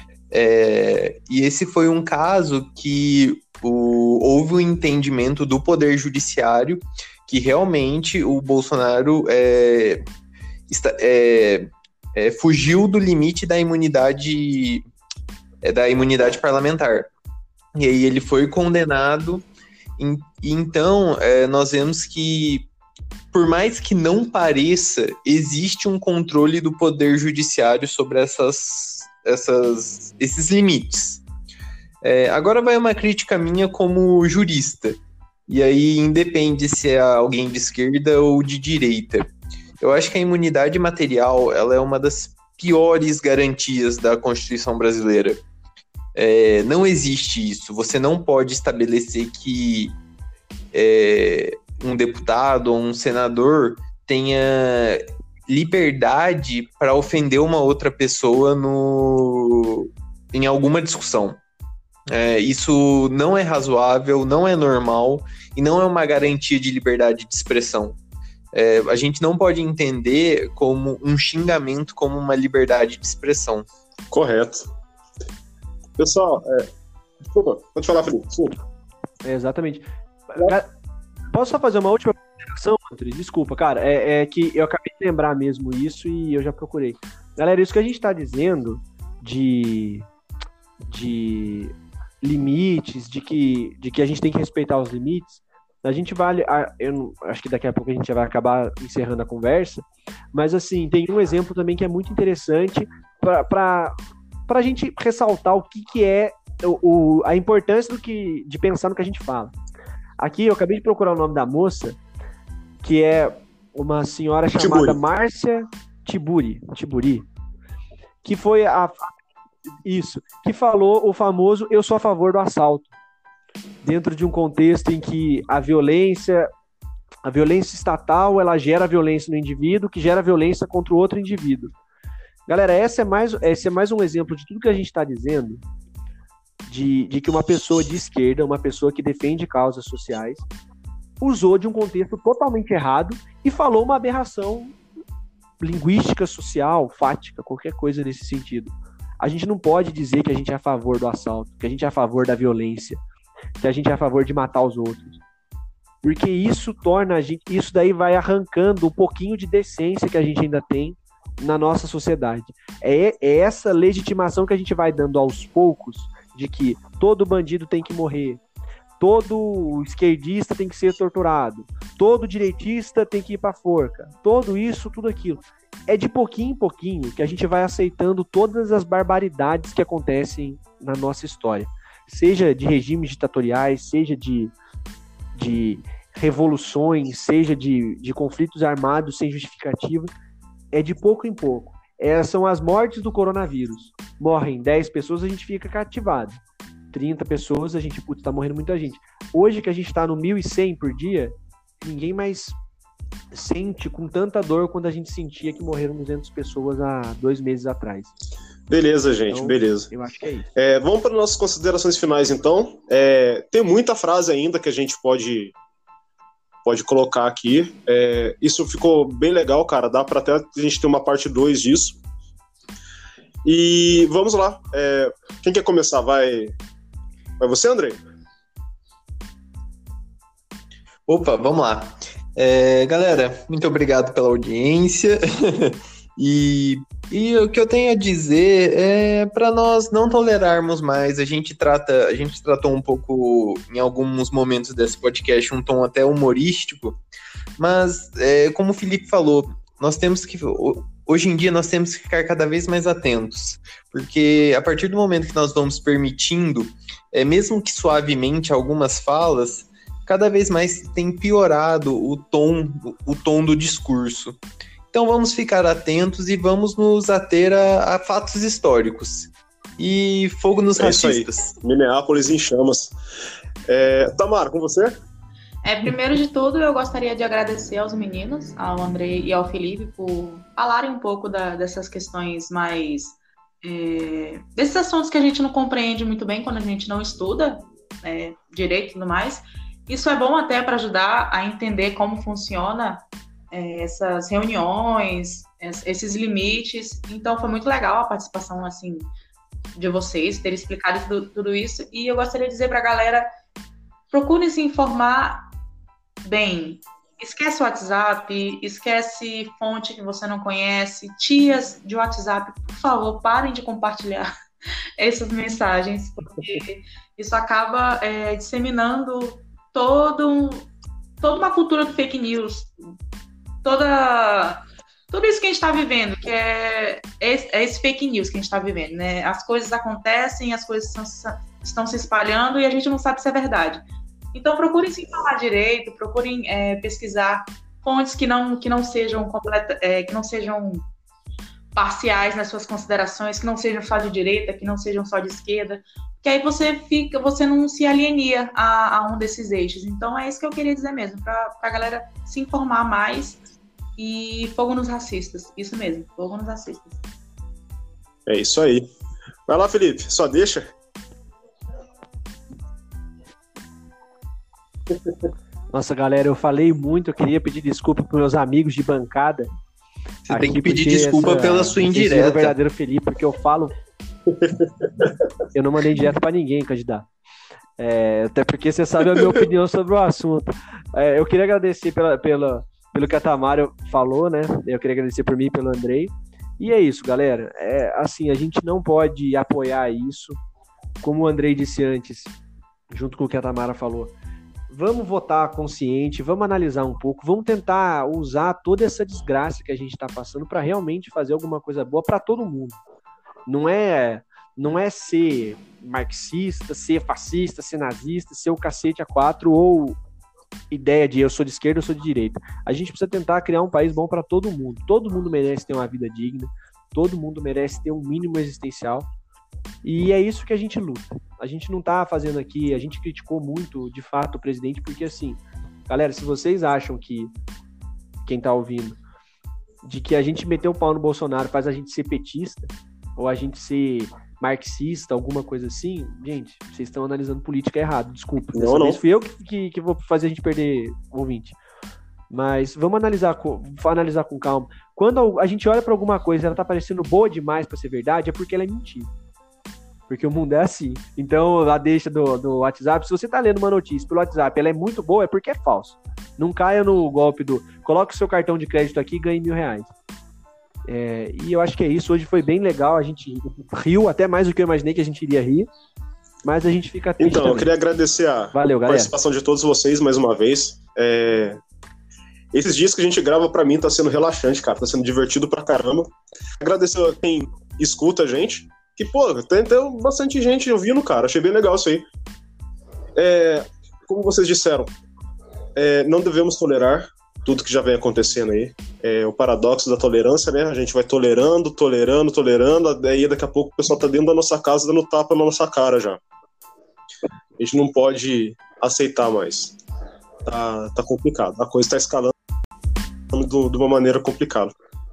É, e esse foi um caso que o, houve um entendimento do Poder Judiciário que realmente o Bolsonaro é, está, é, é, fugiu do limite da imunidade, é, da imunidade parlamentar. E aí ele foi condenado. E então, é, nós vemos que, por mais que não pareça, existe um controle do Poder Judiciário sobre essas, essas, esses limites. É, agora vai uma crítica minha como jurista, e aí independe se é alguém de esquerda ou de direita. Eu acho que a imunidade material ela é uma das piores garantias da Constituição brasileira. É, não existe isso. Você não pode estabelecer que é, um deputado ou um senador tenha liberdade para ofender uma outra pessoa no, em alguma discussão. É, isso não é razoável, não é normal e não é uma garantia de liberdade de expressão. É, a gente não pode entender como um xingamento como uma liberdade de expressão. Correto. Pessoal, é... desculpa, pode falar, Felipe. É, exatamente. Cara, posso só fazer uma última observação, André? Desculpa, cara. É, é que eu acabei de lembrar mesmo isso e eu já procurei. Galera, isso que a gente tá dizendo de, de limites, de que, de que a gente tem que respeitar os limites, a gente vai... Eu não, acho que daqui a pouco a gente já vai acabar encerrando a conversa, mas assim, tem um exemplo também que é muito interessante para... para a gente ressaltar o que, que é o, o, a importância do que, de pensar no que a gente fala. Aqui eu acabei de procurar o nome da moça, que é uma senhora chamada Tiburi. Márcia Tiburi, Tiburi, que foi a... Isso, que falou o famoso "eu sou a favor do assalto", dentro de um contexto em que a violência, a violência estatal, ela gera violência no indivíduo, que gera violência contra o outro indivíduo. Galera, essa é mais, esse é mais um exemplo de tudo que a gente está dizendo, de, de que uma pessoa de esquerda, uma pessoa que defende causas sociais, usou de um contexto totalmente errado e falou uma aberração linguística, social, fática, qualquer coisa nesse sentido. A gente não pode dizer que a gente é a favor do assalto, que a gente é a favor da violência, que a gente é a favor de matar os outros. Porque isso torna a gente, isso daí vai arrancando um pouquinho de decência que a gente ainda tem na nossa sociedade. É, é essa legitimação que a gente vai dando aos poucos de que todo bandido tem que morrer, todo esquerdista tem que ser torturado, todo direitista tem que ir pra forca, todo isso, tudo aquilo. É de pouquinho em pouquinho que a gente vai aceitando todas as barbaridades que acontecem na nossa história, seja de regimes ditatoriais, seja de, de revoluções, seja de, de conflitos armados sem justificativa. É de pouco em pouco. Essas são as mortes do coronavírus. Morrem dez pessoas, a gente fica cativado. trinta pessoas, a gente, putz, tá morrendo muita gente. Hoje que a gente tá no mil e cem por dia, ninguém mais sente com tanta dor quanto a gente sentia que morreram duzentas pessoas há dois meses atrás. Beleza, gente, então, beleza. Eu acho que é isso. É, vamos para nossas considerações finais, então. É, tem muita frase ainda que a gente pode... pode colocar aqui. É, isso ficou bem legal, cara. Dá para até a gente ter uma parte dois disso. E vamos lá. É, quem quer começar? Vai, vai você, Andrei? Opa, vamos lá. É, galera, muito obrigado pela audiência. E E o que eu tenho a dizer é para nós não tolerarmos mais. A gente trata, a gente tratou um pouco em alguns momentos desse podcast um tom até humorístico, mas é, como o Felipe falou, nós temos que hoje em dia nós temos que ficar cada vez mais atentos, porque a partir do momento que nós vamos permitindo, é, mesmo que suavemente, algumas falas, cada vez mais tem piorado o tom, o tom do discurso. Então vamos ficar atentos e vamos nos ater a, a fatos históricos. E fogo nos É racistas. isso aí. Minneapolis em chamas. É, Tamara, com você? É, primeiro de tudo, eu gostaria de agradecer aos meninos, ao Andrei e ao Felipe, por falarem um pouco da, dessas questões mais... É, desses assuntos que a gente não compreende muito bem quando a gente não estuda é, direito e tudo mais. Isso é bom até para ajudar a entender como funciona é, essas reuniões, esses limites. Então foi muito legal a participação assim, de vocês, terem explicado tudo, tudo isso. E eu gostaria de dizer para a galera, procurem se informar bem. Esquece o WhatsApp, esquece fonte que você não conhece. Tias de WhatsApp, por favor, parem de compartilhar essas mensagens, porque isso acaba é, disseminando todo, toda uma cultura do fake news, toda, tudo isso que a gente está vivendo, que é, é esse fake news que a gente está vivendo, né? As coisas acontecem, as coisas estão, estão se espalhando e a gente não sabe se é verdade. Então procurem se informar direito, procurem é, pesquisar fontes que não, que não sejam completa, é, que não sejam parciais nas suas considerações, que não sejam só de direita, que não sejam só de esquerda, que aí você fica, você não se alienia a, a um desses eixos. Então é isso que eu queria dizer mesmo, para a galera se informar mais e fogo nos racistas, isso mesmo, fogo nos racistas. É isso aí. Vai lá, Felipe, só deixa. Nossa, galera, eu falei muito, eu queria pedir desculpa para meus amigos de bancada. Você tem que pedir desculpa essa, pela sua indireta. O verdadeiro Felipe, porque eu falo... eu não mandei direto para ninguém, candidato. É, até porque você sabe a minha opinião sobre o assunto. É, eu queria agradecer pela, pela, pelo que a Tamara falou, né? Eu queria agradecer por mim e pelo Andrei. E é isso, galera. É, assim, a gente não pode apoiar isso. Como o Andrei disse antes, junto com o que a Tamara falou, vamos votar consciente, vamos analisar um pouco, vamos tentar usar toda essa desgraça que a gente está passando para realmente fazer alguma coisa boa para todo mundo. Não é, não é ser marxista, ser fascista, ser nazista, ser o cacete a quatro ou ideia de eu sou de esquerda, eu sou de direita. A gente precisa tentar criar um país bom para todo mundo. Todo mundo merece ter uma vida digna, todo mundo merece ter um mínimo existencial. E é isso que a gente luta. A gente não tá fazendo aqui, a gente criticou muito, de fato, o presidente, porque assim, galera, se vocês acham que, quem tá ouvindo, de que a gente meter o pau no Bolsonaro faz a gente ser petista, ou a gente ser marxista, alguma coisa assim, gente, vocês estão analisando política errado, desculpa. Não, Dessa não. vez fui eu que, que, que vou fazer a gente perder o ouvinte. Mas vamos analisar com, analisar com calma. Quando a gente olha pra alguma coisa e ela tá parecendo boa demais pra ser verdade, é porque ela é mentira. Porque o mundo é assim. Então, a deixa do, do WhatsApp, se você tá lendo uma notícia pelo WhatsApp, ela é muito boa, é porque é falso. Não caia no golpe do coloque o seu cartão de crédito aqui e ganhe mil reais. É, e eu acho que é isso. Hoje foi bem legal. A gente riu até mais do que eu imaginei que a gente iria rir. Mas a gente fica triste Então, também. eu queria agradecer a Valeu, galera. participação de todos vocês mais uma vez. É... Esses dias que a gente grava, pra mim, tá sendo relaxante, cara. Tá sendo divertido pra caramba. Agradecer a quem escuta a gente. Que, pô, tem, tem bastante gente ouvindo, cara. Achei bem legal isso aí. É, como vocês disseram, é, não devemos tolerar tudo que já vem acontecendo aí. É o paradoxo da tolerância, né? A gente vai tolerando, tolerando, tolerando, aí daqui a pouco o pessoal tá dentro da nossa casa dando tapa na nossa cara já. A gente não pode aceitar mais. Tá, tá complicado. A coisa tá escalando de uma maneira complicada.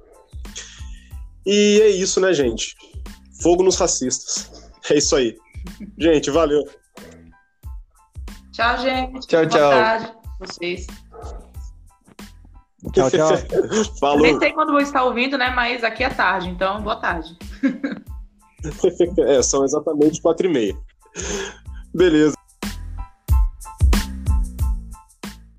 E é isso, né, gente? Fogo nos racistas. É isso aí. Gente, valeu. Tchau, gente. Tchau, Boa tchau. tarde. Vocês. Tchau, tchau. Falou. Nem sei quando vou estar ouvindo, né? Mas aqui é tarde, então boa tarde. É, são exatamente quatro e meia. Beleza.